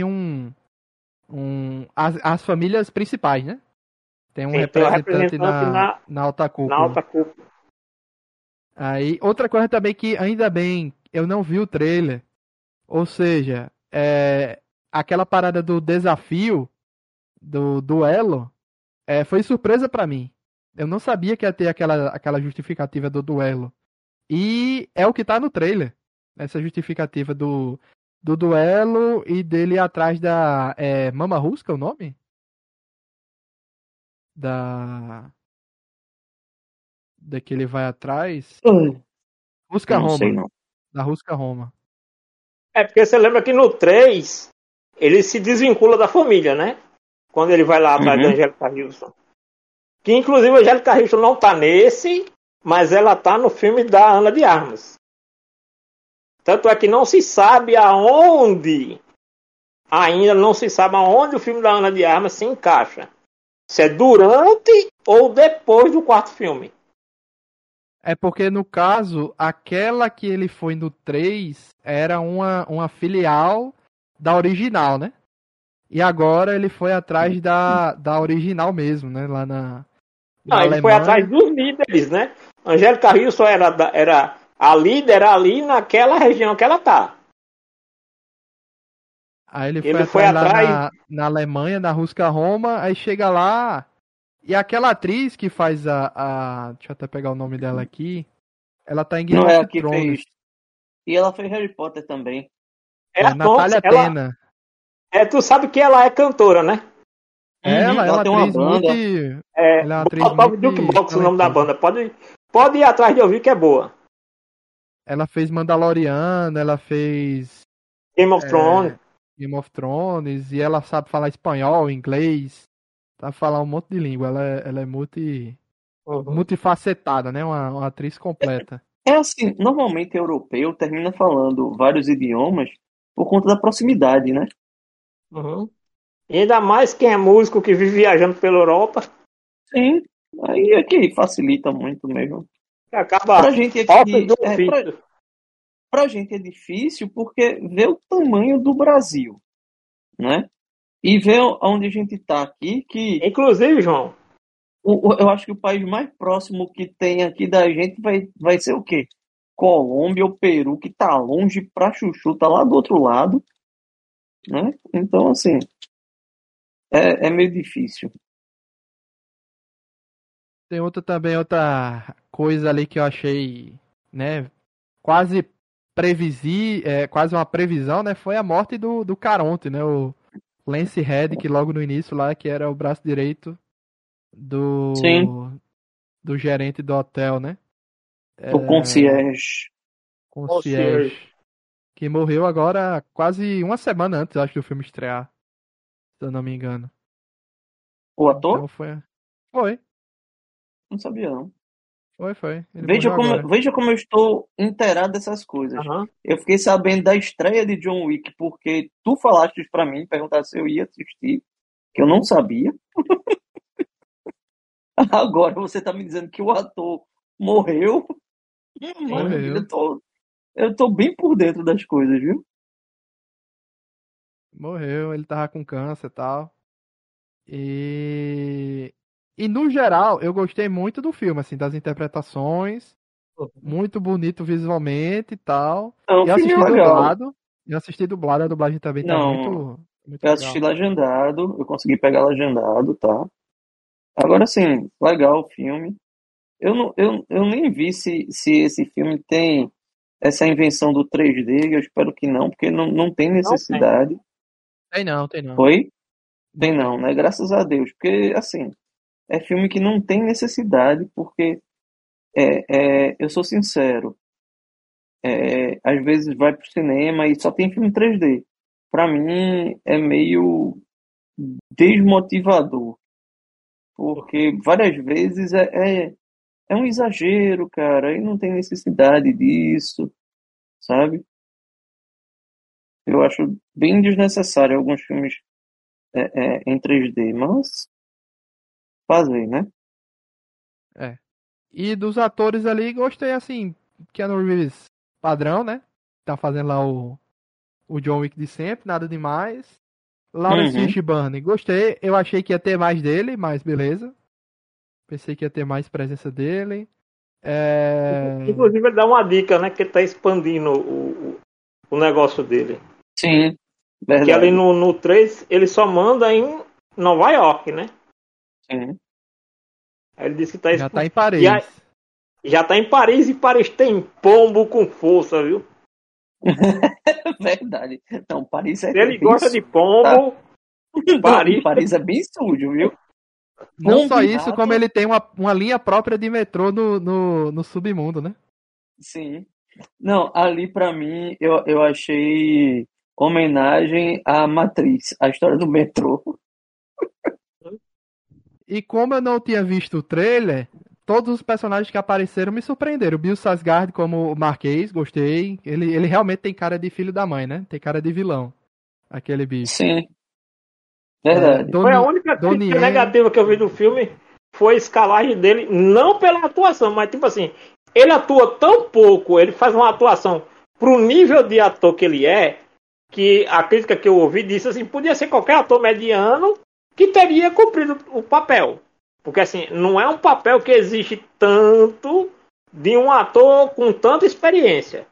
A: as famílias principais, né? Tem um representante na alta cúpula.
C: Na alta cúpula.
A: Aí, outra coisa também que, ainda bem, eu não vi o trailer. Ou seja, aquela parada do desafio, do duelo, foi surpresa pra mim. Eu não sabia que ia ter aquela justificativa do duelo. E é o que tá no trailer. Essa justificativa do duelo e dele atrás da... Mama Rusca, o nome? Da que ele vai atrás. Rusca Roma.
B: Sei não.
A: Da Rusca Roma.
C: Porque você lembra que no 3 ele se desvincula da família, né? Quando ele vai lá atrás da Angélica Houston. Que inclusive a Angélica Houston não tá nesse, mas ela tá no filme da Ana de Armas. Tanto é que não se sabe aonde ainda não se sabe aonde o filme da Ana de Armas se encaixa. Se é durante ou depois do quarto filme.
A: É porque, no caso, aquela que ele foi no 3 era uma filial da original, né? E agora ele foi atrás da original mesmo, né? Lá na
C: Não, ele foi
A: Alemanha.
C: atrás dos líderes, né? Angélica Wilson era a líder ali naquela região que ela tá.
A: Aí ele
C: Ele
A: foi
C: foi
A: atrás
C: atrás.
A: lá na Alemanha, na Rusca Roma, aí chega lá. E aquela atriz que faz deixa eu até pegar o nome dela aqui. Ela tá em Game
B: Não é a
A: of
B: que
A: Thrones.
B: fez. E ela fez Harry Potter também.
C: É a
A: Natália
C: ela,
A: Tena.
C: tu sabe que ela é cantora, né?
A: Ela é uma
B: tem uma
A: atriz
B: banda.
A: Ela é uma atriz
C: Botov
A: muito
C: Jukebox, o nome da
A: talentosa.
C: banda. Pode ir atrás de ouvir que é boa.
A: Ela fez Mandaloriano, ela fez
C: Game of Thrones.
A: Game of Thrones, e ela sabe falar espanhol, inglês, sabe falar um monte de língua. Ela é multifacetada, né? Uma atriz completa.
B: É assim, normalmente europeu termina falando vários idiomas por conta da proximidade, né?
C: Uhum. E ainda mais quem é músico que vive viajando pela Europa,
B: Sim, aí aqui facilita muito mesmo.
C: que acaba
B: Pra gente
C: off
B: aqui,
C: do ofício.
B: pra gente é difícil porque vê o tamanho do Brasil, né? E vê onde a gente tá aqui, que
C: Inclusive, João,
B: eu acho que o país mais próximo que tem aqui da gente vai ser o quê? Colômbia ou Peru, que tá longe pra chuchu, tá lá do outro lado, né? Então, assim, é meio difícil.
A: Tem outra coisa ali que eu achei, né? Quase quase uma previsão, né? Foi a morte do Caronte, né? O Lance Reddick logo no início lá, que era o braço direito
B: Sim,
A: do gerente do hotel, né?
B: o concierge.
A: Concierge. Que morreu agora quase uma semana antes, acho, do filme estrear. Se eu não me engano.
B: O ator?
A: Então foi,
B: Não sabia, não.
A: foi. Ele morreu agora.
B: Veja como eu estou inteirado dessas coisas.
C: uhum.
B: Eu fiquei sabendo da estreia de John Wick porque tu falaste pra mim, perguntaste se eu ia assistir, que eu não sabia. Agora você tá me dizendo que o ator morreu. Maravilha,
A: Morreu.
B: eu tô bem por dentro das coisas, viu?
A: Morreu, ele tava com câncer e tal. E no geral, eu gostei muito do filme, assim, das interpretações. Muito bonito visualmente e tal.
B: Não, o
A: Eu
B: filme é
A: assisti
B: legal.
A: dublado. A dublagem também tá
B: Não,
A: muito
B: eu assisti
A: legal.
B: legendado, eu consegui pegar legendado, tá? Agora sim, legal o filme. Eu nem vi se esse filme tem essa invenção do 3D, eu espero que não, porque não tem
C: Não tem.
B: necessidade.
A: Tem não.
B: Oi?
A: Não
B: Tem
A: tem.
B: não, né? Graças a Deus. Porque, assim, é filme que não tem necessidade, porque, eu sou sincero, às vezes vai pro cinema e só tem filme 3D. Pra mim, é meio desmotivador, porque várias vezes é um exagero, cara, e não tem necessidade disso, sabe? Eu acho bem desnecessário alguns filmes em 3D, mas fazer, né?
A: É. E dos atores ali, gostei, assim, Keanu Reeves padrão, né? Tá fazendo lá o John Wick de sempre, nada demais. Lawrence
B: Uhum.
A: Fishburne, gostei. Eu achei que ia ter mais dele, mas beleza. Pensei que ia ter mais presença dele.
C: Inclusive, ele dá uma dica, né? Que ele tá expandindo o negócio dele.
B: Sim,
C: Que ali
B: verdade.
C: no 3 ele só manda em Nova York, né?
B: Sim.
C: Aí ele disse que tá
A: Já tá em
C: e aí,
A: Paris.
C: já tá em Paris e Paris tem pombo com força, viu?
B: Verdade. Não, Paris
C: Se
B: é
C: ele
B: bem
C: gosta de
B: sujo, tá?
C: pombo,
B: Não, e
C: Paris.
B: Paris é bem sujo, viu?
A: Não
B: Pombo
A: só
B: e
A: isso, como
B: rato,
A: ele tem uma linha própria de metrô no submundo, né?
B: sim. Não, ali pra mim eu achei homenagem à Matrix, a história do metrô.
A: E como eu não tinha visto o trailer, todos os personagens que apareceram me surpreenderam. O Bill Skarsgård como o Marquês, gostei. Ele realmente tem cara de filho da mãe, né? Tem cara de vilão. aquele bicho.
B: Sim, verdade.
C: Foi a única crítica negativa que eu vi do filme, foi a escalagem dele, não pela atuação, mas tipo assim, ele atua tão pouco, ele faz uma atuação pro nível de ator que ele é, que a crítica que eu ouvi disse assim, podia ser qualquer ator mediano que teria cumprido o papel. Porque assim, não é um papel que existe tanto de um ator com tanta experiência.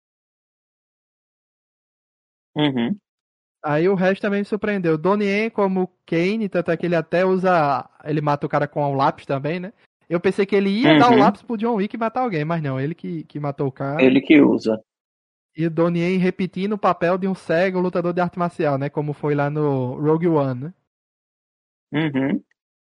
B: Uhum.
A: Aí o resto também me surpreendeu. Donnie Yen como Kane, tanto é que ele até usa. Ele mata o cara com um lápis também, né? Eu pensei que ele ia dar o lápis pro John Wick e matar alguém, mas não, ele que matou o cara.
B: Ele que usa.
A: E o Donnie Yen repetindo o papel de um cego lutador de arte marcial, né? Como foi lá no Rogue One, né?
B: Uhum.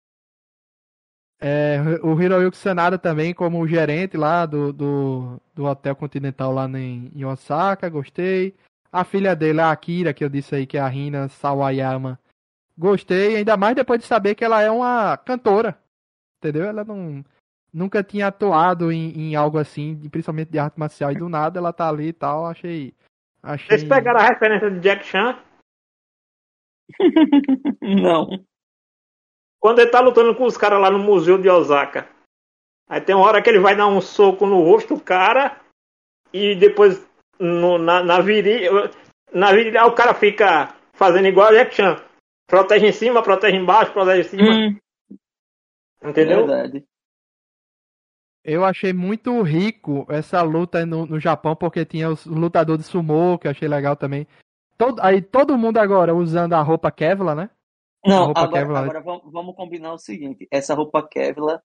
A: O Hiroyuki Sanada também como gerente lá do Hotel Continental lá em Osaka, gostei. A filha dele, a Akira, que eu disse aí que é a Rina Sawayama, gostei, ainda mais depois de saber que ela é uma cantora, entendeu? Ela nunca tinha atuado em algo assim, principalmente de arte marcial, e do nada ela tá ali e tal, achei...
C: Vocês pegaram a referência de Jack Chan?
B: Não.
C: Quando ele tá lutando com os caras lá no museu de Osaka. Aí tem uma hora que ele vai dar um soco no rosto do cara e depois na virilha o cara fica fazendo igual a Jack Chan. Protege em cima, protege embaixo, protege em cima. Entendeu?
B: Verdade.
A: Eu achei muito rico essa luta no Japão, porque tinha os lutadores de sumô, que eu achei legal também. Aí todo mundo agora usando a roupa Kevlar, né?
B: Não, agora vamos combinar o seguinte. Essa roupa Kevlar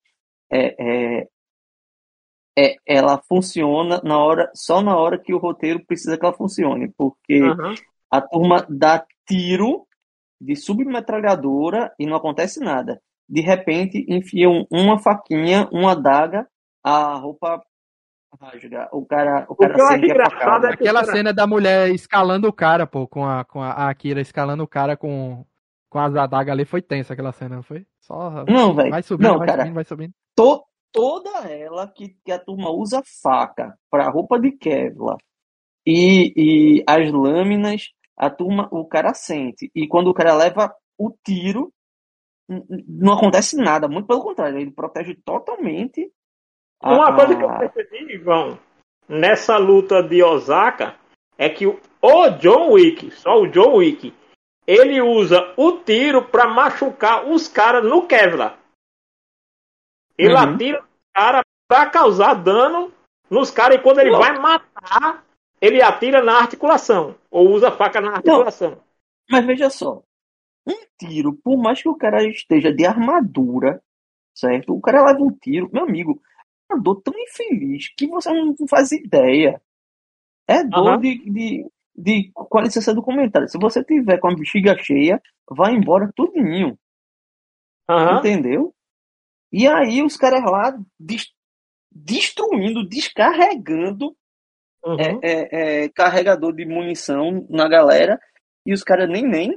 B: ela funciona só na hora que o roteiro precisa que ela funcione, porque a turma dá tiro de submetralhadora e não acontece nada. De repente, enfiam uma faquinha, uma adaga, a roupa rasga. O cara sente a facada.
A: Aquela cena da mulher escalando o cara, pô, com a Akira escalando o cara com as adagas ali, foi tensa aquela cena, não foi? Só
B: não, velho.
A: Vai subindo,
B: não,
A: vai
B: cara,
A: subindo, vai subindo.
B: Toda ela que a turma usa faca para roupa de Kevlar e as lâminas, o cara sente. E quando o cara leva o tiro, não acontece nada. Muito pelo contrário, ele protege totalmente.
C: Uma coisa que eu percebi, João, nessa luta de Osaka, é que o John Wick, só o John Wick, ele usa o tiro para machucar os caras no Kevlar. Ele atira os caras para causar dano nos caras e quando ele vai matar, ele atira na articulação. Ou usa faca na articulação.
B: Não, mas veja só. Um tiro, por mais que o cara esteja de armadura, certo? O cara leva um tiro, meu amigo, é uma dor tão infeliz que você não faz ideia. É dor com a licença do comentário. Se você tiver com a bexiga cheia, vai embora tudinho. Entendeu? E aí os caras lá destruindo, descarregando carregador de munição na galera e os caras nem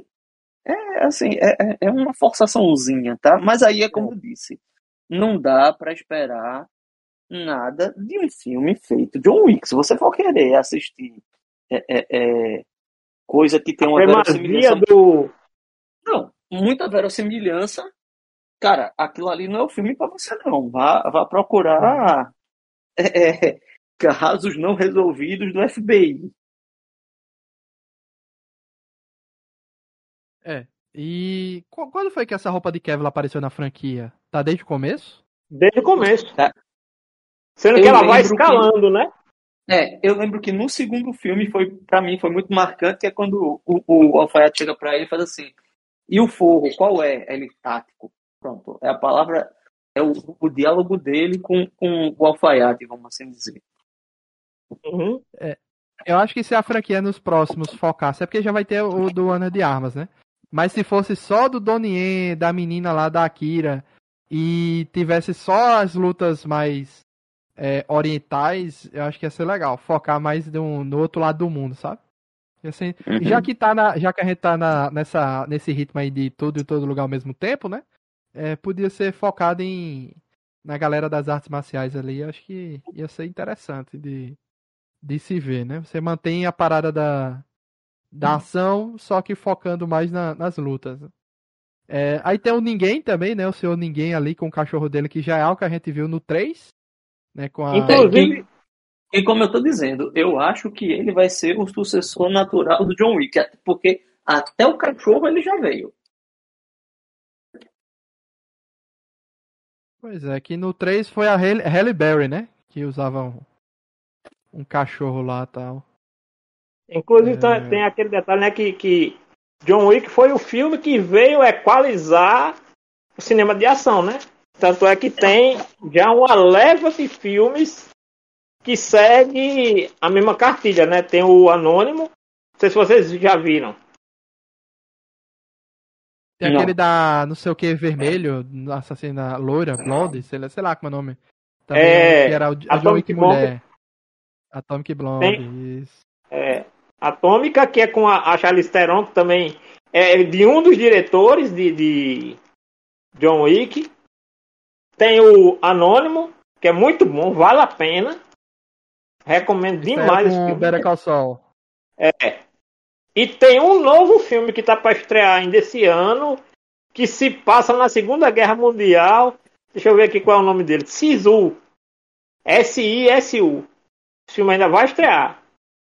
B: é uma forçaçãozinha, tá? Mas aí é como eu disse, não dá pra esperar nada de um filme feito John Wick. Se você for querer assistir coisa que tem uma verossimilhança não, muita verossimilhança, cara, aquilo ali não é o filme pra você não. Vá procurar casos não resolvidos do FBI.
A: E quando foi que essa roupa de Kevlar apareceu na franquia? Tá desde o começo?
C: Desde o começo. Tá. Sendo que ela vai escalando, né?
B: Eu lembro que no segundo filme, pra mim, foi muito marcante, que é quando o alfaiate chega pra ele e faz assim, e o forro, qual é? Ele, tático. Pronto, é a palavra, é o diálogo dele com o alfaiate, vamos assim dizer.
A: Eu acho que se a franquia nos próximos focasse, é porque já vai ter o do Ana de Armas, né? Mas se fosse só do Donnie Yen, da menina lá da Akira, e tivesse só as lutas mais orientais, eu acho que ia ser legal. Focar mais no outro lado do mundo, sabe? Assim, já que a gente tá nesse ritmo aí de tudo em todo lugar ao mesmo tempo, né? Podia ser focado na galera das artes marciais ali. Eu acho que ia ser interessante de se ver, né? Você mantém a parada da ação, só que focando mais nas lutas. Aí tem o Ninguém também, né? O Senhor Ninguém ali com o cachorro dele, que já é algo que a gente viu no 3, né?
C: Inclusive,
B: e como eu tô dizendo, eu acho que ele vai ser o sucessor natural do John Wick, porque até o cachorro ele já veio.
A: Pois é, que no 3 foi a Halle Berry, né? Que usava um cachorro lá e tal.
C: inclusive tem aquele detalhe, né, que John Wick foi o filme que veio equalizar o cinema de ação, né? Tanto é que tem já uma leva de filmes que segue a mesma cartilha, né? Tem o Anônimo, não sei se vocês já viram.
A: Tem aquele da não sei o que vermelho, assassina loira, Blonde, sei lá como é o nome. Também que era o John Wick mulher. Atomic Blonde, isso.
C: Atômica, que é com a Charlize Theron, que também é de um dos diretores de John Wick. Tem o Anônimo, que é muito bom, vale a pena. Recomendo demais esse filme.
A: Better Call Saul.
C: E tem um novo filme que está para estrear ainda esse ano, que se passa na Segunda Guerra Mundial. Deixa eu ver aqui qual é o nome dele. Sisu. S-I-S-U. Esse filme ainda vai estrear.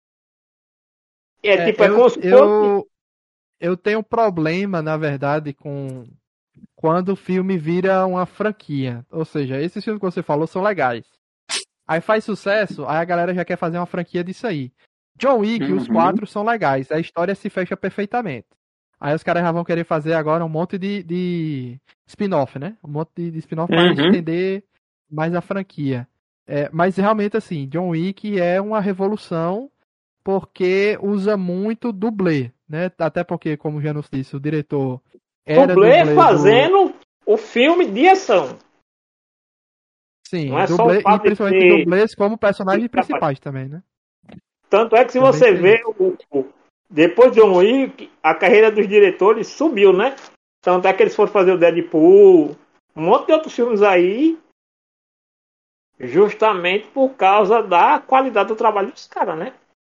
A: Eu tenho problema, na verdade, com quando o filme vira uma franquia. Ou seja, esses filmes que você falou são legais. Aí faz sucesso, aí a galera já quer fazer uma franquia disso aí. John Wick, os 4 são legais, a história se fecha perfeitamente. Aí os caras já vão querer fazer agora um monte de spin-off, né? Um monte de spin-off para entender mais a franquia. Mas realmente, assim, John Wick é uma revolução porque usa muito dublê, né? Até porque, como o Janus disse, o diretor era
C: dublê fazendo o filme de ação.
A: Sim, dublê, e principalmente dublês como personagens principais também, né?
C: Tanto é que se também você vê, depois de John Wick, a carreira dos diretores subiu, né? Tanto é que eles foram fazer o Deadpool, um monte de outros filmes aí, justamente por causa da qualidade do trabalho dos caras, né?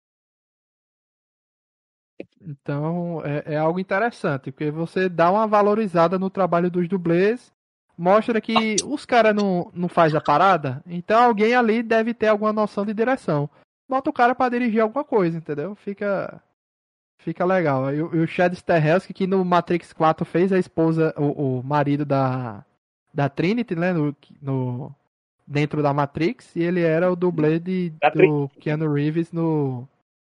A: Então, é algo interessante, porque você dá uma valorizada no trabalho dos dublês, mostra que os caras não faz a parada, então alguém ali deve ter alguma noção de direção. Bota o cara pra dirigir alguma coisa, entendeu? Fica legal. E o Chad Stahelski, que no Matrix 4 fez a esposa, o marido da Trinity, né? Dentro da Matrix, e ele era o dublê do Keanu Reeves no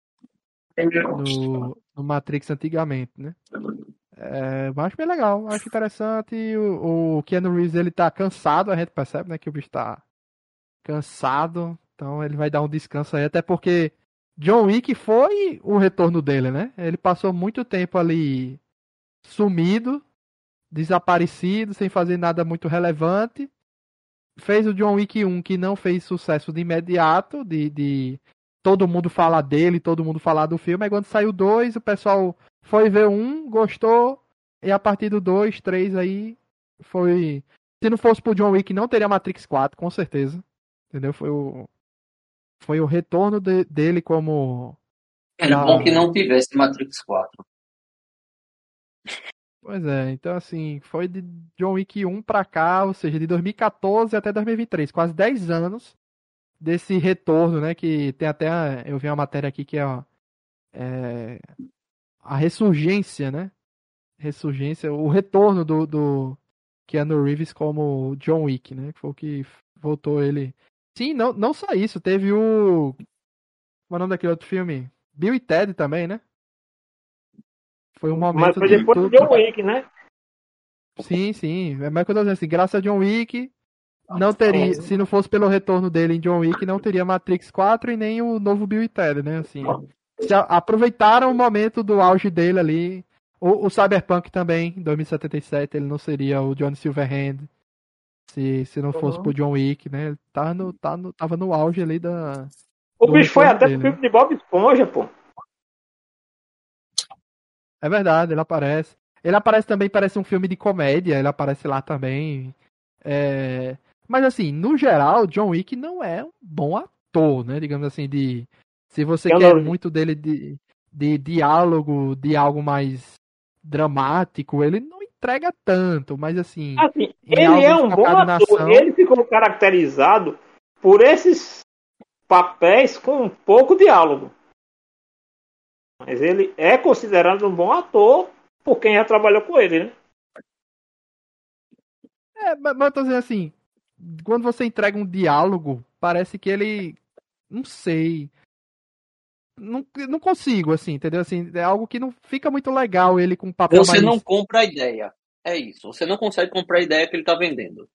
A: Matrix antigamente, né? Eu acho bem legal, acho interessante. O Keanu Reeves, ele tá cansado, a gente percebe, né? Que o bicho tá cansado, então ele vai dar um descanso aí, até porque John Wick foi o retorno dele, né? Ele passou muito tempo ali sumido, desaparecido, sem fazer nada muito relevante. Fez o John Wick 1, que não fez sucesso de imediato, de todo mundo falar dele, todo mundo falar do filme. Aí quando saiu o 2, o pessoal foi ver um, gostou, e a partir do 2, 3 aí foi... Se não fosse pro John Wick, não teria Matrix 4, com certeza. Entendeu? Foi o retorno dele como...
B: Era bom que não tivesse Matrix 4.
A: Pois é, então assim, foi de John Wick 1 pra cá, ou seja, de 2014 até 2023, quase 10 anos desse retorno, né, que tem até, eu vi uma matéria aqui que é a ressurgência, né, o retorno do Keanu Reeves como John Wick, né, que foi o que voltou ele. Sim, não só isso, teve o... Como é o nome daquele outro filme? Bill e Ted também, né? Foi um momento.
C: Mas foi depois do John Wick, né?
A: Sim. Mas quando eu digo assim, graças a John Wick, não teria. Se não fosse pelo retorno dele em John Wick, não teria Matrix 4 e nem o novo Bill e Ted, né? Assim, aproveitaram o momento do auge dele ali. O Cyberpunk também, em 2077, ele não seria o Johnny Silverhand se não fosse pro John Wick, né? Ele tava no auge ali da.
C: O bicho foi até pro filme de Bob Esponja, pô.
A: É verdade, ele aparece. Ele aparece também, parece um filme de comédia, ele aparece lá também. Mas assim, no geral, John Wick não é um bom ator, né? Digamos assim, se você quer muito dele de diálogo, de algo mais dramático, ele não entrega tanto, mas assim,
C: Assim,
A: em
C: ele é
A: algo
C: um bom
A: focado na
C: ator.
A: ação,
C: Ele ficou caracterizado por esses papéis com pouco diálogo. Mas ele é considerado um bom ator por quem já trabalhou com ele, né?
A: mas eu tô dizendo assim, quando você entrega um diálogo, parece que ele, não sei, não consigo, assim, entendeu? Assim, é algo que não fica muito legal ele com um papel
B: Você não
A: mais.
B: compra a ideia. É isso. Você não consegue comprar a ideia que ele tá vendendo.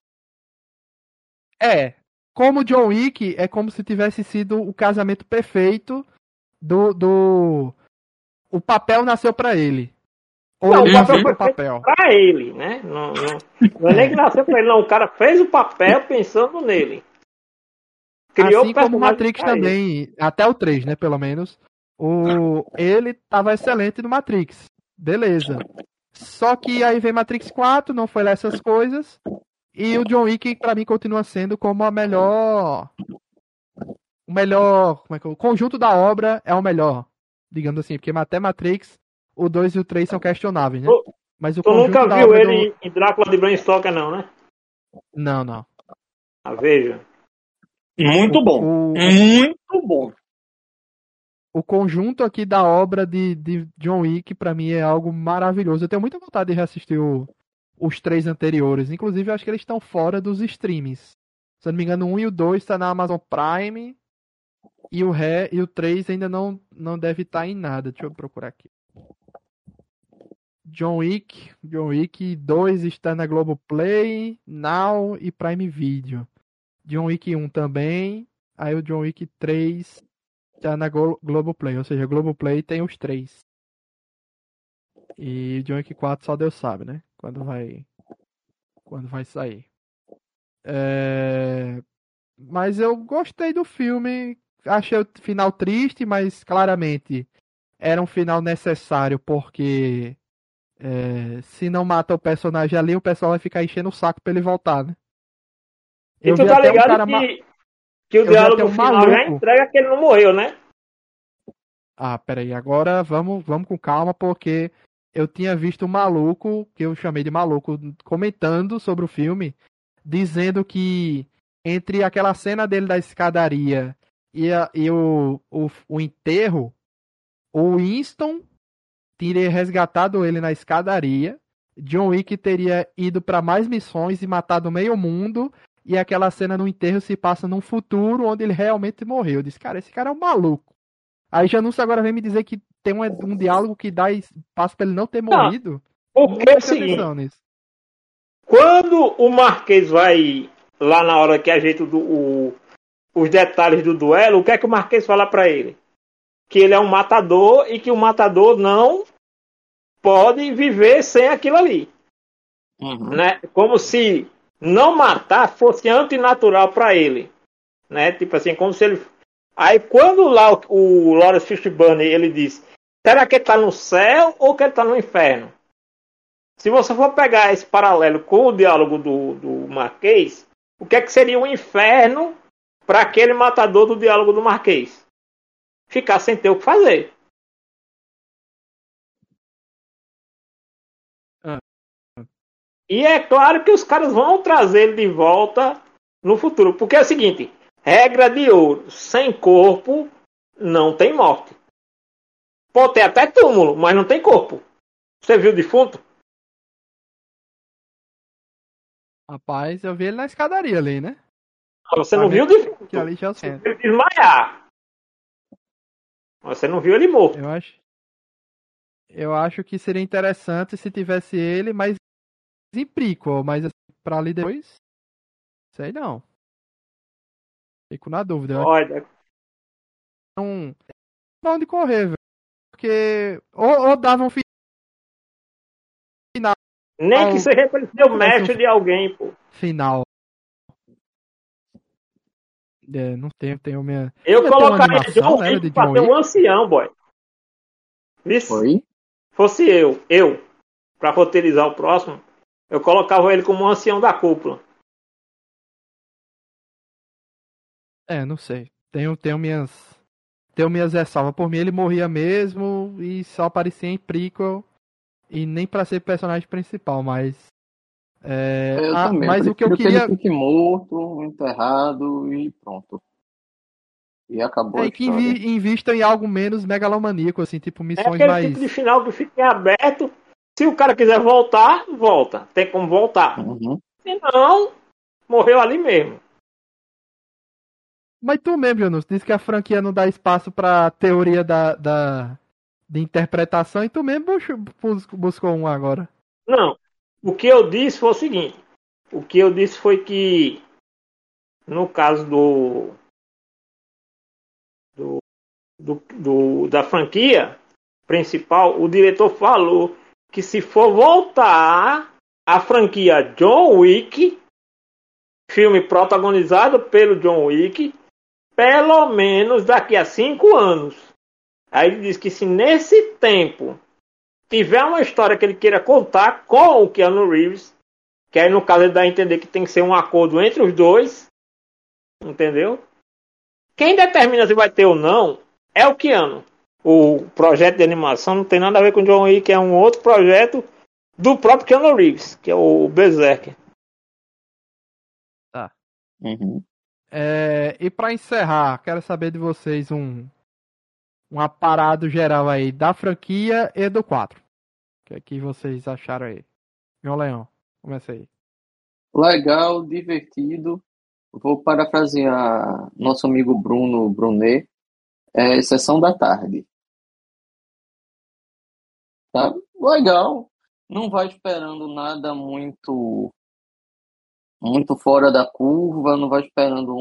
A: É, como John Wick, é como se tivesse sido o casamento perfeito do. O papel nasceu pra ele. Ou
C: Não,
A: ele
C: o
A: já
C: papel
A: veio com
C: foi
A: o
C: feito
A: papel.
C: pra ele, né? Não é nem que nasceu pra ele, não. O cara fez o papel pensando nele. Criou o
A: Assim como
C: personagem
A: Matrix
C: pra ele.
A: também, até o 3, né, pelo menos. Ele tava excelente no Matrix. Beleza. Só que aí vem Matrix 4, não foi lá essas coisas. E o John Wick, pra mim, continua sendo como a melhor. O melhor. Como é que o conjunto da obra é o melhor. Digamos assim, porque até Matrix, o 2 e o 3 são questionáveis, né?
C: Tu,
A: Mas o
C: tu nunca
A: conjunto da
C: viu
A: obra do.
C: ele em Drácula de Bram Stoker, não, né?
A: Não, não.
C: Ah, veja.
A: O,
B: Muito bom.
A: o,
B: Muito bom.
A: o conjunto aqui da obra de John Wick, pra mim, é algo maravilhoso. Eu tenho muita vontade de reassistir os três anteriores. Inclusive, eu acho que eles estão fora dos streams. Se eu não me engano, o 1 e o 2 está na Amazon Prime. E o 3 ainda não deve estar em nada. Deixa eu procurar aqui. John Wick 2 está na Globoplay, Now e Prime Video. John Wick 1 também. Aí o John Wick 3 tá na Globoplay, ou seja, Globoplay tem os três. E o John Wick 4 só Deus sabe, né? Quando vai sair. Mas eu gostei do filme. Achei o final triste, mas claramente era um final necessário, porque se não mata o personagem ali, o pessoal vai ficar enchendo o saco pra ele voltar, né?
C: E
A: Eu
C: tu
A: vi
C: tá
A: até um
C: ligado
A: cara.
C: que o
A: Eu vi até
C: diálogo
A: um
C: final já
A: maluco.
C: entrega que ele não morreu, né?
A: Ah, peraí, agora vamos com calma, porque eu tinha visto um maluco, que eu chamei de maluco, comentando sobre o filme, dizendo que entre aquela cena dele da escadaria e o enterro, o Winston teria resgatado ele na escadaria, John Wick teria ido para mais missões e matado meio mundo, e aquela cena no enterro se passa num futuro onde ele realmente morreu. Eu disse, cara, esse cara é um maluco. Aí Janúncio agora vem me dizer que tem um diálogo que dá espaço pra ele não ter
C: Não,
A: morrido.
C: porque
A: Não
C: é o
A: prestei
C: seguinte,
A: atenção nisso.
C: quando o Marquês vai lá na hora que ajeita os detalhes do duelo, o que é que o Marquês fala pra ele? Que ele é um matador e que o matador não pode viver sem aquilo ali.
B: Uhum.
C: Né? Como se não matar fosse antinatural pra ele. Né? Tipo assim, como se ele. Aí quando lá o Lawrence Fishburne ele diz: será que ele tá no céu ou que ele tá no inferno? Se você for pegar esse paralelo com o diálogo do Marquês, o que é que seria o inferno para aquele matador do diálogo do Marquês? Ficar sem ter o que fazer.
A: Ah,
C: E é claro que os caras vão trazer ele de volta no futuro. Porque é o seguinte: regra de ouro, sem corpo não tem morte. Pode ter até túmulo, mas não tem corpo. Você viu o defunto?
A: rapaz, eu vi ele na escadaria ali, né?
C: Você não viu o
A: Pagamento que
C: defunto.
A: ali já
C: Você
A: é.
C: viu ele desmaiar. Você não viu ele morto.
A: Eu acho, eu acho que seria interessante se tivesse ele, mas em prequel, mas assim, pra ali depois, sei não. Fico na dúvida. Eu acho
C: Olha,
A: que não, pra onde correr, velho. Porque ou dava um final,
C: nem que seja pra ele ser o
A: tivesse um
C: mestre de alguém, pô.
A: final. Não tenho minha.
C: Eu
A: Ia ter uma
C: colocaria
A: animação,
C: John
A: né? Era de
C: Wick pra
A: John
C: ser um
A: Wick.
C: ancião, boy. Vixe,
B: Oi?
C: fosse pra roteirizar o próximo, eu colocava ele como um ancião da cúpula.
A: Não sei. Tenho minhas tenho minhas ressalvas. Por mim, ele morria mesmo e só aparecia em prequel e nem pra ser personagem principal, mas.
D: Eu também. Eu
A: Mas o que eu
D: prefiro que ele
A: queria.
D: fique morto, enterrado e pronto. E acabou a
A: É que
D: história.
A: invista em algo menos megalomaníaco, assim, tipo
C: É
A: missões
C: aquele tipo
A: mais.
C: de final que fica em aberto. Se o cara quiser voltar, volta. Tem como voltar.
D: Uhum.
C: Se não, morreu ali mesmo.
A: Mas tu mesmo, Janus, disse que a franquia não dá espaço pra teoria de interpretação e tu mesmo buscou um agora.
C: Não. O que eu disse foi o seguinte. O que eu disse foi que, no caso da franquia principal, o diretor falou que se for voltar a franquia John Wick, filme protagonizado pelo John Wick, pelo menos daqui a 5 anos. Aí ele diz que se nesse tempo tiver uma história que ele queira contar com o Keanu Reeves, que aí no caso ele dá a entender que tem que ser um acordo entre os dois, entendeu? Quem determina se vai ter ou não é o Keanu. O projeto de animação não tem nada a ver com o John Wick, é um outro projeto do próprio Keanu Reeves, que é o Berserk.
A: Tá.
D: Uhum.
A: E pra encerrar, quero saber de vocês um aparado geral aí da franquia e do 4. O que é que vocês acharam aí? João Leão, começa aí.
D: Legal, divertido. Vou parafrasear nosso amigo Bruno Brunet. Sessão da tarde. Tá? Legal. Não vai esperando nada muito fora da curva, não vai esperando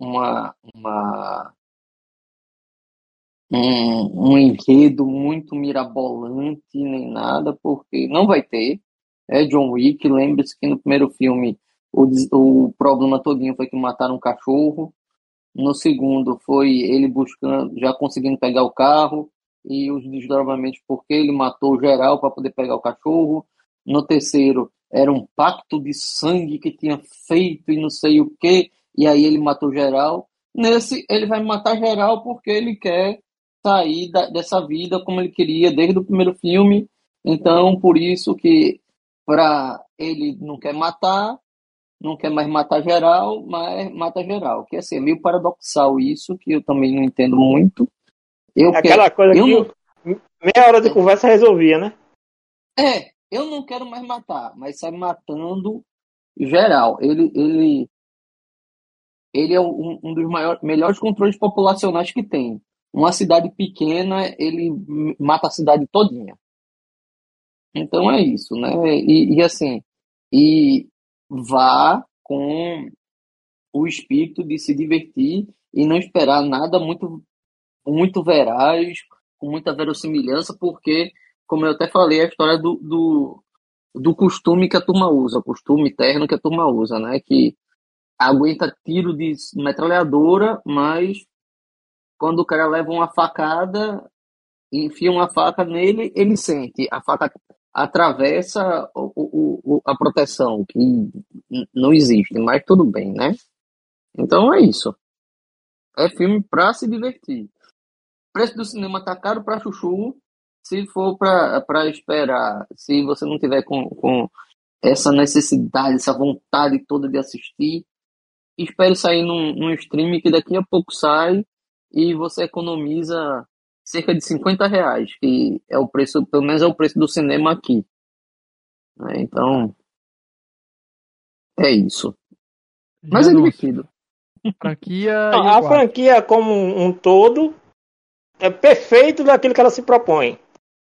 D: um enredo muito mirabolante nem nada, porque não vai ter. É John Wick, lembre-se que no primeiro filme o problema todinho foi que mataram um cachorro. No segundo foi ele buscando, já conseguindo pegar o carro e os desdobramentos porque ele matou geral para poder pegar o cachorro. No terceiro era um pacto de sangue que tinha feito e não sei o que, e aí ele matou geral. Nesse ele vai matar geral porque ele quer sair dessa vida como ele queria desde o primeiro filme. Então por isso que para ele não quer matar, não quer mais matar geral, mas mata geral. Que assim, é meio paradoxal isso, que eu também não entendo muito.
C: Aquela coisa que meia hora de conversa resolvia, né?
D: Eu não quero mais matar, mas sai matando geral. Ele é um dos melhores controles populacionais que tem. Uma cidade pequena, ele mata a cidade todinha. Então é isso, né? E assim, vá com o espírito de se divertir e não esperar nada muito, muito veraz, com muita verossimilhança, porque, como eu até falei, a história do costume que a turma usa, o costume terno que a turma usa, né? Que aguenta tiro de metralhadora, mas quando o cara leva uma facada, enfia uma faca nele, ele sente. A faca atravessa a proteção, que não existe, mas tudo bem, né? Então é isso. É filme pra se divertir. O preço do cinema tá caro pra chuchu. Se for pra esperar, se você não tiver com essa necessidade, essa vontade toda de assistir, espere sair num stream que daqui a pouco sai e você economiza cerca de R$ 50, que é o preço, pelo menos é o preço do cinema aqui. Né? Então, é isso. Mas é divertido.
A: Franquia
C: Não,
A: e o
C: a
A: 4.
C: franquia como um todo é perfeito daquilo que ela se propõe.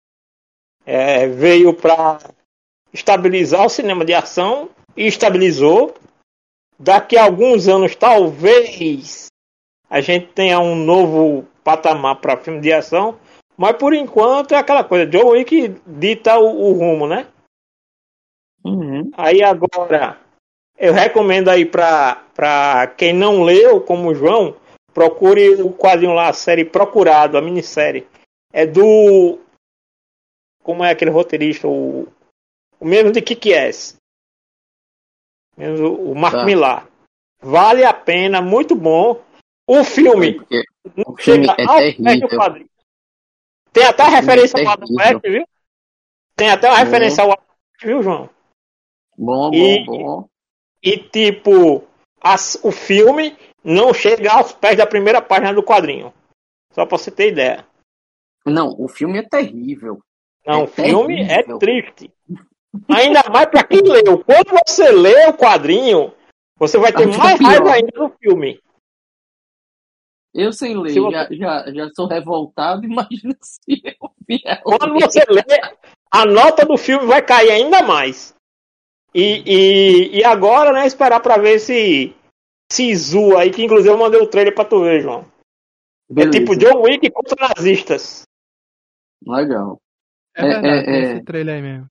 C: Veio para estabilizar o cinema de ação e estabilizou. Daqui a alguns anos, talvez, a gente tenha um novo patamar para filme de ação, mas por enquanto é aquela coisa, John Wick dita o rumo, né?
D: Uhum.
C: Aí agora, eu recomendo aí para quem não leu, como o João, procure o quadrinho lá, a série Procurado, a minissérie. É do... Como é aquele roteirista? O mesmo de Kick-Ass. O Mark Millar. Vale a pena, muito bom. O filme
D: Porque
C: não
D: o filme
C: chega
D: é
C: ao pé do
D: terrível.
C: quadrinho. Tem até a
D: O filme é
C: referência ao Adam
D: terrível.
C: West, viu? Tem até uma referência ao Adam West, viu, João?
D: Bom, bom.
C: E tipo, o filme não chega aos pés da primeira página do quadrinho. Só pra você ter ideia.
D: Não, o filme é terrível.
C: Não, o filme é
D: terrível.
C: triste. Ainda mais pra quem leu. Quando você lê o quadrinho, você vai ter
D: Acho
C: mais
D: pior.
C: raiva ainda do filme.
D: Eu sem ler,
C: Se você-
D: já sou revoltado, imagina se eu vier
C: Quando
D: ler.
C: você lê, a nota do filme vai cair ainda mais. E agora, né, esperar pra ver se Zu aí, que inclusive eu mandei o trailer pra tu ver, João.
D: Beleza.
C: É tipo John Wick contra nazistas.
D: Legal.
A: É verdade, tem esse trailer aí mesmo.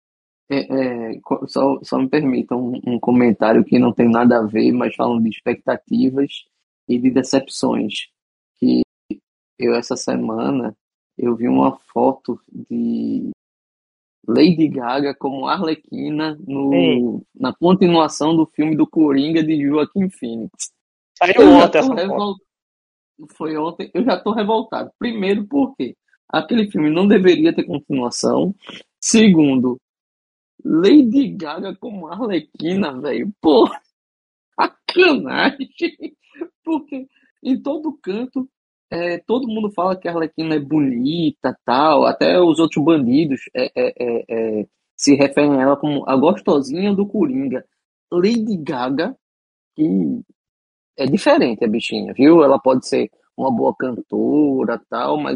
D: Só me permitam um comentário que não tem nada a ver, mas falando de expectativas e de decepções. Que essa semana, eu vi uma foto de Lady Gaga como Arlequina na continuação do filme do Coringa de Joaquin Phoenix.
C: Saiu ontem essa foto.
D: Foi ontem, eu já tô revoltado. Primeiro, porque aquele filme não deveria ter continuação. Segundo, Lady Gaga como Arlequina, velho. Pô, sacanagem. Porque em todo canto, todo mundo fala que a Arlequina é bonita, tal. Até os outros bandidos se referem a ela como a gostosinha do Coringa. Lady Gaga, que é diferente a bichinha, viu? Ela pode ser uma boa cantora, tal, mas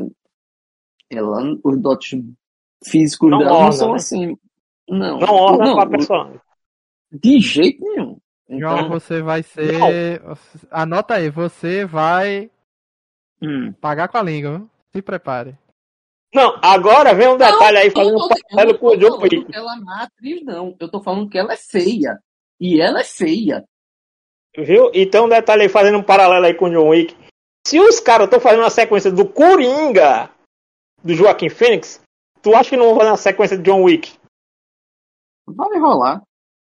D: os dotes físicos
C: Não
D: dela não
C: orna,
D: são
C: né?
D: assim. Não,
C: Não orna
D: não,
C: com a personagem.
D: de jeito nenhum.
A: João,
D: Então,
A: você vai ser. Anota aí, você vai pagar com a língua, viu? Se prepare.
C: Não, agora vem um detalhe aí fazendo um paralelo com o John Wick.
D: Eu não tô falando que ela não é atriz, não. Eu tô falando que ela é feia. E ela é feia.
C: Viu? E tem um detalhe aí fazendo um paralelo aí com o John Wick. Se os caras estão fazendo uma sequência do Coringa do Joaquin Phoenix, tu acha que não vão fazer uma sequência de John Wick?
D: Vai rolar.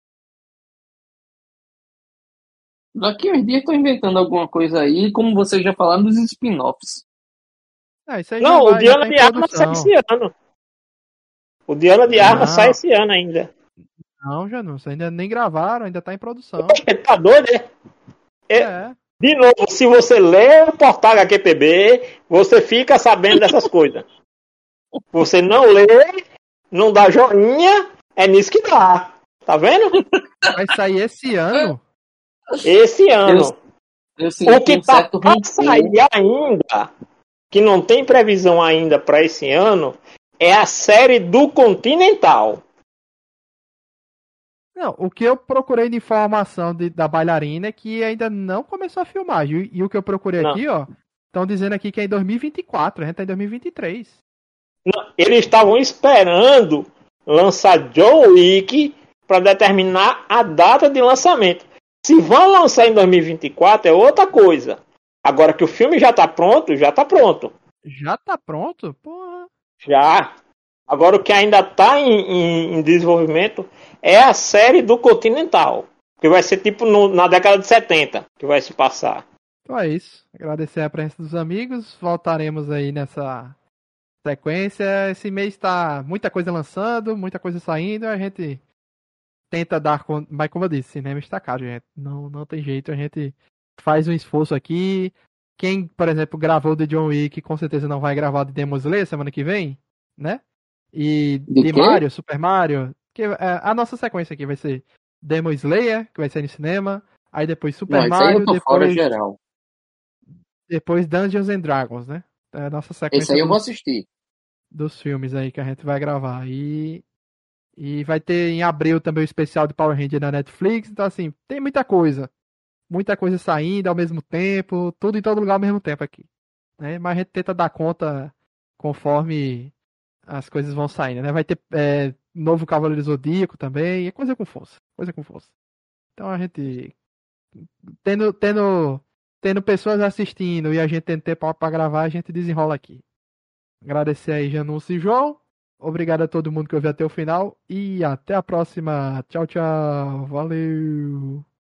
D: Daqui uns dias estou inventando alguma coisa aí, como vocês já falaram dos spin-offs.
A: Isso aí
C: Não, o
A: já
C: Diana
A: tá em
C: de Armas sai
A: produção.
C: esse ano. O Diana de Armas sai esse ano ainda.
A: Não, Janus, ainda nem gravaram, ainda tá em produção.
C: Tá doido, né? De novo, se você lê o portal HQPB, você fica sabendo dessas coisas. Você não lê, não dá joinha, é nisso que dá. Tá vendo?
A: Vai sair esse ano?
C: Esse ano. O que tá pra sair ainda, que não tem previsão ainda para esse ano, é a série do Continental.
A: Não, o que eu procurei de informação da bailarina é que ainda não começou a filmagem. E o que eu procurei aqui, ó, estão dizendo aqui que é em 2024, a gente tá em 2023.
C: Não, eles estavam esperando lançar John Wick para determinar a data de lançamento. Se vão lançar em 2024 é outra coisa. Agora que o filme já tá pronto, já tá pronto.
A: Já tá pronto? Porra.
C: Já. Agora o que ainda tá em desenvolvimento é a série do Continental. Que vai ser tipo na década de 70 que vai se passar.
A: Então é isso. Agradecer a presença dos amigos. Voltaremos aí nessa sequência. Esse mês tá muita coisa lançando, muita coisa saindo. A gente tenta dar conta. Mas como eu disse, cinema está caro, gente. Não tem jeito. A gente faz um esforço aqui. Quem, por exemplo, gravou de John Wick, com certeza não vai gravar de Demon Slayer semana que vem, né? E de Mario, Super Mario. Que, a nossa sequência aqui vai ser Demon Slayer, que vai ser no cinema. Aí depois Super Mario.
D: Eu tô fora geral.
A: Depois Dungeons and Dragons, né? É a nossa sequência.
D: Esse aí eu vou assistir.
A: Dos filmes aí que a gente vai gravar. E vai ter em abril também o especial de Power Ranger na Netflix. Então, assim, tem muita coisa. Muita coisa saindo ao mesmo tempo. Tudo em todo lugar ao mesmo tempo aqui. Né? Mas a gente tenta dar conta conforme as coisas vão saindo, né? Vai ter novo Cavaleiro Zodíaco também. É coisa com força. Coisa com força. Então a gente... Tendo pessoas assistindo e a gente tendo tempo pra gravar, a gente desenrola aqui. Agradecer aí, Janúncio e João. Obrigado a todo mundo que ouviu até o final. E até a próxima. Tchau, tchau. Valeu.